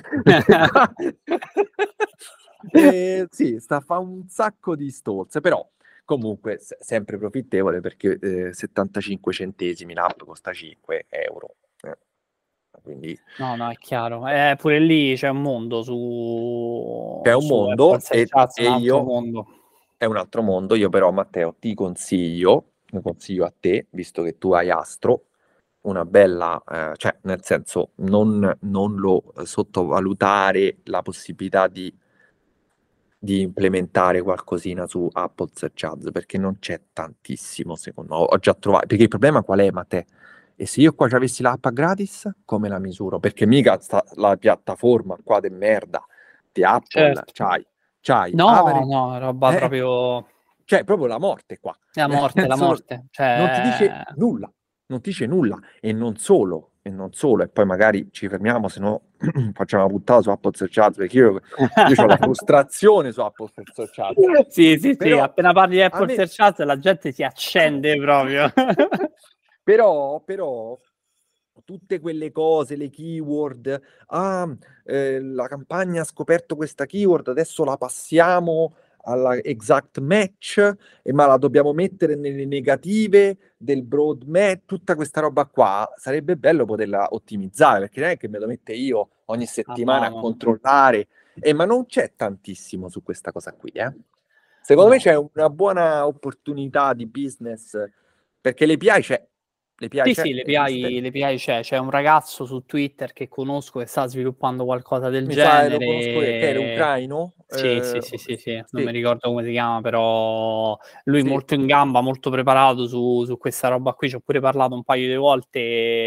Sì, sta a fare un sacco di stolze, però comunque sempre profittevole perché 75 centesimi l'app costa 5 euro. Quindi No, no, è chiaro. Pure lì c'è un mondo su, è un su Apple mondo Search Ads, un e altro io mondo. è un altro mondo. Io però, Matteo, ti consiglio, lo consiglio a te, visto che tu hai Astro, una bella, cioè nel senso non lo sottovalutare la possibilità di implementare qualcosina su Apple Search Ads, perché non c'è tantissimo, secondo me. Ho già trovato, perché il problema qual è, Matteo? E se io qua ci avessi l'app gratis, come la misuro? Perché mica la piattaforma qua de merda di Apple Certo. c'hai No, average, no, roba proprio... cioè proprio la morte qua. La morte, la morte. Non ti dice Cioè... nulla, non ti dice nulla. E poi magari ci fermiamo, se no facciamo una puntata su Apple Search Ads, perché io ho la frustrazione su Apple Search Ads. Sì, sì, sì, Però appena parli di a Apple me... Search Ads la gente si accende proprio. però tutte quelle cose, le keyword, la campagna ha scoperto questa keyword, adesso la passiamo alla exact match, ma la dobbiamo mettere nelle negative del broad match, tutta questa roba qua, sarebbe bello poterla ottimizzare, perché non è che me lo mette io ogni settimana a No, controllare, ma non c'è tantissimo su questa cosa qui, eh. Secondo me no. c'è una buona opportunità di business, perché l'API c'è. Sì, L'API c'è, sì, esiste. l'API c'è un ragazzo su Twitter che conosco che sta sviluppando qualcosa del Mi sa, lo conosco io, che era genere. ucraino. Sì, sì, sì, sì, sì, non mi Sì, ricordo come si chiama, però lui sì. molto in gamba, molto preparato su questa roba qui, ci ho pure parlato un paio di volte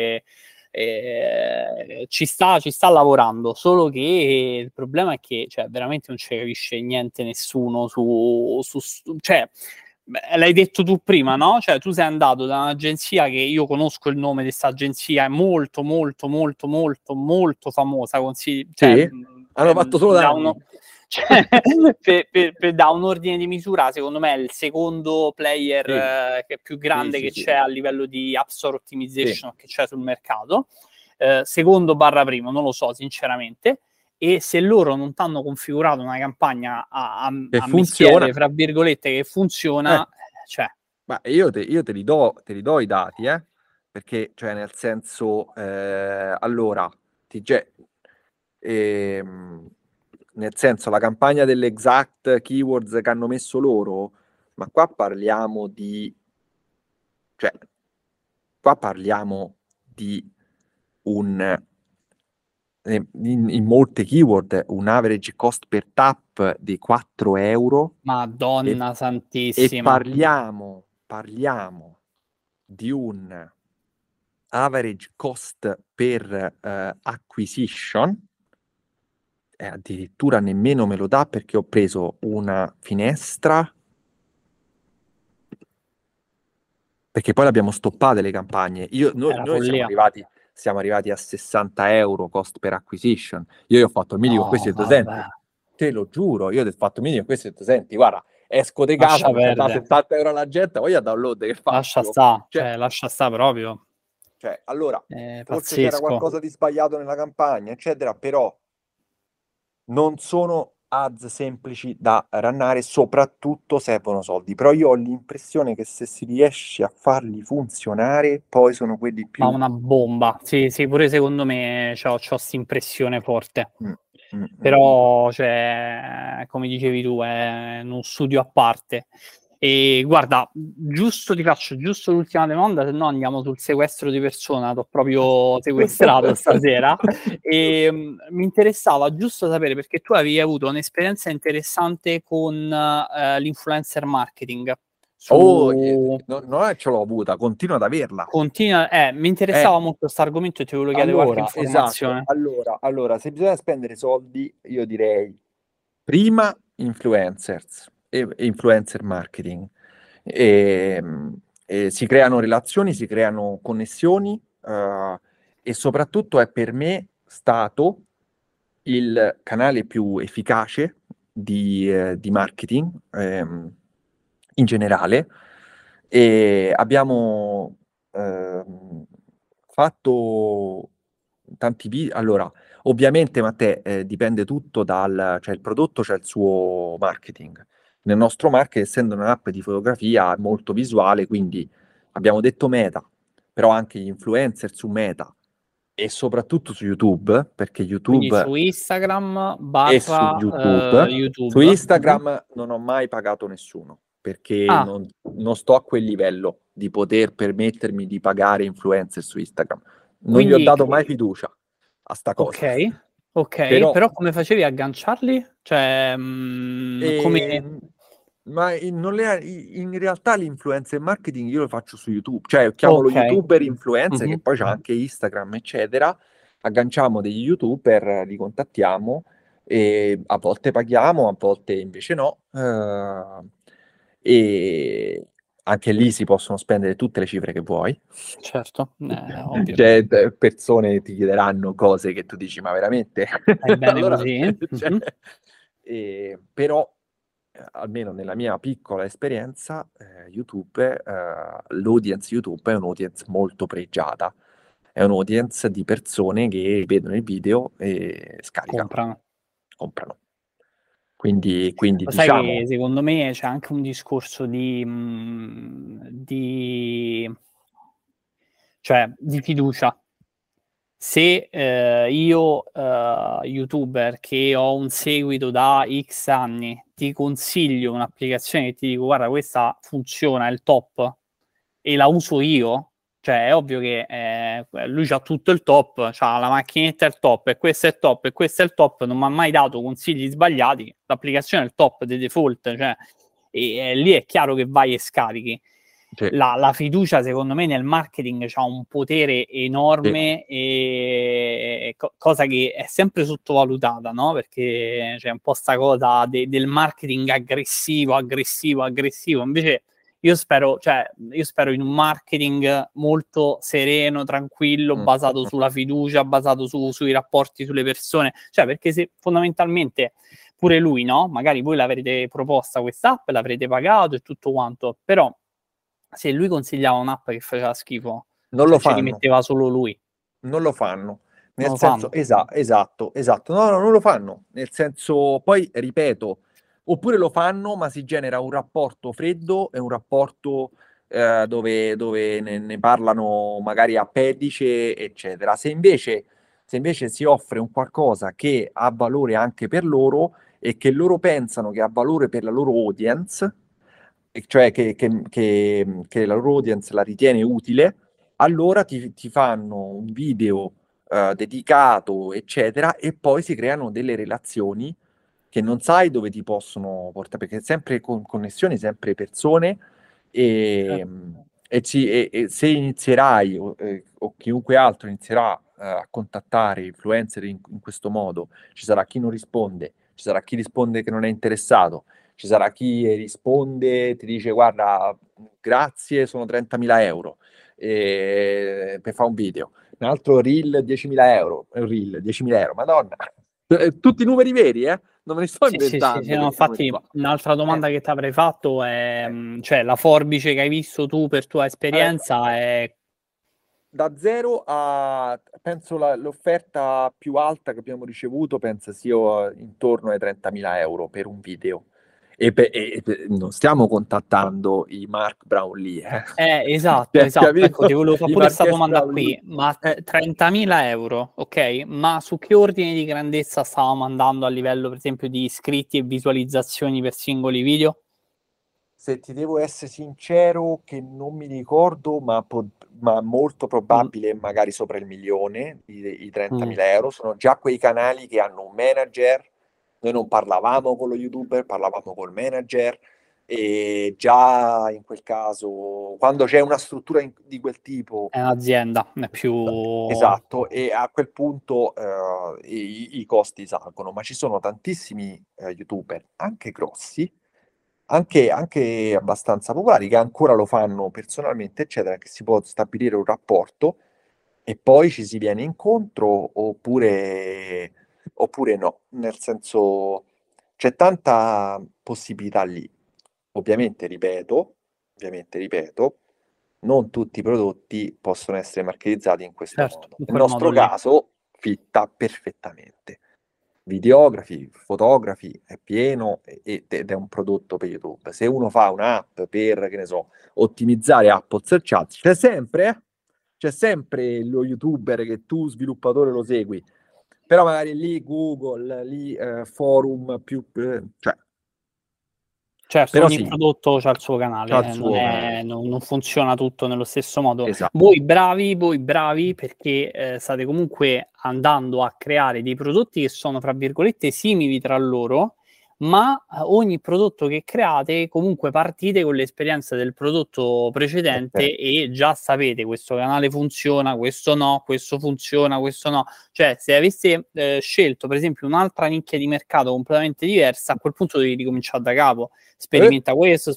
ci sta lavorando, solo che il problema è che cioè, veramente non ci capisce niente nessuno cioè, l'hai detto tu prima, no? Cioè tu sei andato da un'agenzia che io conosco il nome di questa agenzia, è molto, molto, molto, molto, molto famosa, cioè, Sì? Hanno fatto solo da danni. uno... Cioè, da un ordine di misura, secondo me è il secondo player Sì, che è più sì, grande sì, che sì, c'è a livello di App Store sì. Optimization che c'è sul mercato. Secondo barra primo, non lo so sinceramente. E se loro non ti hanno configurato una campagna Che a funziona. mestiere, fra virgolette, che funziona, cioè, Ma io te li do i dati, perché, cioè, nel senso, allora, cioè, ehm, nel senso, la campagna delle exact keywords che hanno messo loro, ma qua parliamo cioè, qua parliamo di un in molte keyword un average cost per tap di 4 euro Madonna e santissima. parliamo di un average cost per acquisition, addirittura nemmeno me lo dà perché ho preso una finestra, perché poi l'abbiamo stoppate le campagne. Era Noi follia. siamo arrivati a 60 euro cost per acquisition. Io ho fatto il meeting con questi No, e ho detto, vabbè. senti, te lo giuro, io ho fatto il meeting con questi e ho detto, senti, guarda, esco di casa, Lascia mi sono dato perdere. 70 euro alla gente, poi a download che Lascia faccio? sta, Cioè, lascia sta proprio. allora, forse c'era Pazzesco. qualcosa di sbagliato nella campagna, eccetera, però non sono ads semplici da runnare, soprattutto servono soldi. Però io ho l'impressione che se si riesce a farli funzionare, poi sono quelli Ma più... una bomba. Sì, sì, pure secondo me c'ho questa impressione forte. Mm, mm, mm. Però, cioè, come dicevi tu, è uno studio a parte. E guarda, giusto ti faccio giusto l'ultima domanda, se no andiamo sul sequestro di persona, t'ho proprio sequestrato stasera. E mi interessava giusto sapere, perché tu avevi avuto un'esperienza interessante con l'influencer marketing. Oh, Su non ce l'ho avuta, continuo ad averla. Continua, mi Eh, interessava molto questo argomento e ti volevo chiedere qualche allora, esatto. informazione. Allora, se bisogna spendere soldi, io direi prima influencers e influencer marketing. E, e si creano relazioni, si creano connessioni e soprattutto è per me stato il canale più efficace di marketing in generale e abbiamo fatto tanti video. Allora, ovviamente, Matteo, dipende tutto cioè il prodotto c'è il suo marketing. Nel nostro market, essendo un'app di fotografia molto visuale, quindi abbiamo detto Meta, però anche gli influencer su Meta e soprattutto su YouTube, perché Quindi YouTube su Instagram e su barra YouTube. Su YouTube. Mhm. Instagram non ho mai pagato nessuno, perché Ah, non sto a quel livello di poter permettermi di pagare influencer su Instagram. Non gli ho quindi dato mai fiducia a sta cosa. ok, ok, Però però come facevi a agganciarli? Cioè, come... E, ma in realtà l'influencer marketing io lo faccio su YouTube, cioè chiamalo Ok. YouTuber influencer, che Mhm. poi c'è anche Instagram, eccetera. Agganciamo degli YouTuber, li contattiamo e a volte paghiamo, a volte invece no. E anche lì si possono spendere tutte le cifre che vuoi. Certo, ovvio. Cioè, persone ti chiederanno cose che tu dici, ma veramente? Fai bene Allora, così. cioè, Mhm. però, almeno nella mia piccola esperienza, YouTube, l'audience YouTube è un'audience molto pregiata. È un'audience di persone che vedono il video e scaricano, Comprano. comprano. Quindi Lo sai diciamo, che secondo me c'è anche un discorso cioè, di fiducia. Se io, youtuber che ho un seguito da X anni, ti consiglio un'applicazione che ti dico, guarda, questa funziona, è il top, e la uso io, cioè è ovvio che lui c'ha tutto il top, c'ha la macchinetta è il top, e questo è il top, e questo è il top, non mi ha mai dato consigli sbagliati, l'applicazione è il top di default, cioè, e lì è chiaro che vai e scarichi. sì, La fiducia, secondo me, nel marketing ha un potere sì, enorme e cosa che è sempre sottovalutata, no? Perché c'è un po' sta cosa del marketing aggressivo, aggressivo, aggressivo. Invece io spero in un marketing molto sereno, tranquillo, mm, basato mm, sulla fiducia, basato sui rapporti, sulle persone. Cioè, perché se fondamentalmente pure lui, no? Magari voi l'avrete proposta quest'app, l'avrete pagato e tutto quanto, però se lui consigliava un'app che faceva schifo, non lo cioè ci fanno. rimetteva solo lui. Non lo fanno, Non nel lo senso, fanno. esatto, no, non lo fanno, nel senso, poi ripeto, oppure lo fanno, ma si genera un rapporto freddo e un rapporto dove ne parlano magari a pedice, eccetera. Se invece si offre un qualcosa che ha valore anche per loro e che loro pensano che ha valore per la loro audience, e cioè che la loro audience la ritiene utile, allora ti fanno un video dedicato, eccetera, e poi si creano delle relazioni che non sai dove ti possono portare, perché sempre con connessioni, sempre persone, e, e se inizierai o chiunque altro inizierà a contattare influencer in questo modo, ci sarà chi non risponde, ci sarà chi risponde che non è interessato, ci sarà chi risponde, ti dice guarda, grazie, sono 30.000 euro per fare un video. Un altro reel 10.000 euro, un reel 10.000 euro, madonna. Tutti numeri veri, non me li sto Sì, inventando. no, infatti un'altra domanda che ti avrei fatto è, cioè la forbice che hai visto tu per tua esperienza è... Da 0 a, penso l'offerta più alta che abbiamo ricevuto, penso sia intorno ai 30.000 euro per un video. Non stiamo contattando i Mark Brownlee. Esatto, Cioè, esatto. capito? Ecco, ti volevo fare I pure questa Marques domanda Brownlee. qui, ma 30.000 euro, ok? Ma su che ordine di grandezza stavamo andando a livello, per esempio, di iscritti e visualizzazioni per singoli video? Se ti devo essere sincero, che non mi ricordo, ma molto probabile, magari sopra il milione, i 30.000 euro. Sono già quei canali che hanno un manager. Noi non parlavamo con lo YouTuber, parlavamo col manager. E già in quel caso, quando c'è una struttura di quel tipo, È un'azienda, è più... esatto, e a quel punto i costi salgono. Ma ci sono tantissimi YouTuber, anche grossi, anche abbastanza popolari, che ancora lo fanno personalmente, eccetera, che si può stabilire un rapporto e poi ci si viene incontro oppure no. Nel senso, c'è tanta possibilità lì. Ovviamente ripeto, non tutti i prodotti possono essere marketizzati in questo Certo, modo. in Nel quel modo nostro lì. caso fitta perfettamente. Videografi, fotografi, è pieno ed è un prodotto per YouTube. Se uno fa un'app per, che ne so, ottimizzare Apple Search Ads, c'è sempre lo YouTuber che tu sviluppatore lo segui, però magari lì Google, lì forum più, cioè, Certo, però ogni sì, prodotto ha il suo c'ha il canale, suo canale. non funziona tutto nello stesso modo. Esatto. Voi bravi perché state comunque andando a creare dei prodotti che sono, tra virgolette, simili tra loro, ma ogni prodotto che create comunque partite con l'esperienza del prodotto precedente e già sapete questo canale funziona, questo no, questo funziona, questo no. Cioè, se aveste scelto, per esempio, un'altra nicchia di mercato completamente diversa, a quel punto devi ricominciare da capo. Sperimenta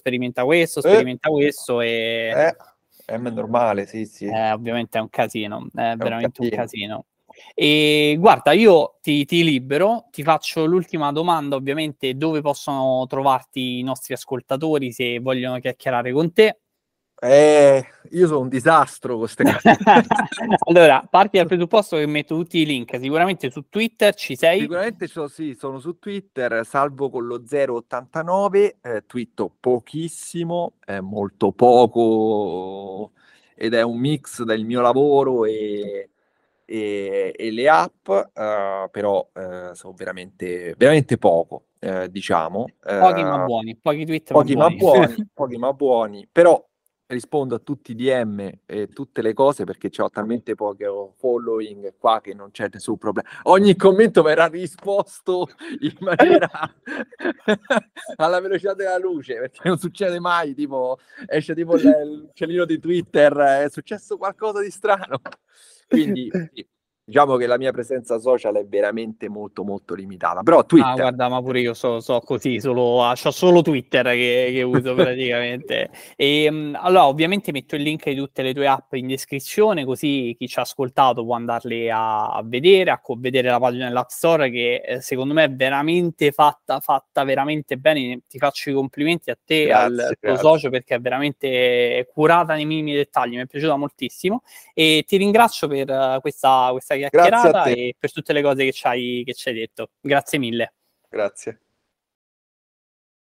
questo e È normale, sì, sì. ovviamente è un casino, è È un veramente un casino. casino. E guarda, io ti libero, ti faccio l'ultima domanda, ovviamente, dove possono trovarti i nostri ascoltatori se vogliono chiacchierare con te? Io sono un disastro con queste cose. Allora, parti dal presupposto che metto tutti i link, sicuramente su Twitter ci sei. Sicuramente sì, sono su Twitter, salvo con lo 089, twitto pochissimo, molto poco, ed è un mix del mio lavoro e le app, però sono veramente, veramente poco, diciamo. Pochi ma buoni, pochi tweet ma Pochi ma buoni. buoni, pochi ma buoni, però rispondo a tutti i DM e tutte le cose perché ho talmente poco following qua che non c'è nessun problema. Ogni commento verrà risposto in maniera alla velocità della luce, perché non succede mai, tipo esce tipo il uccellino di Twitter, è successo qualcosa di strano. Quindi sì, diciamo che la mia presenza social è veramente molto molto limitata, però Ah, Twitter. guarda, ma pure io so così, c'ho solo Twitter che uso praticamente. E allora, ovviamente metto il link di tutte le tue app in descrizione, così chi ci ha ascoltato può andarle a vedere, vedere la pagina dell'App Store che secondo me è veramente fatta veramente bene. Ti faccio i complimenti a te e al tuo socio perché è veramente curata nei minimi dettagli, mi è piaciuta moltissimo e ti ringrazio per questa chiacchierata e per tutte le cose che ci hai detto. Grazie mille. Grazie.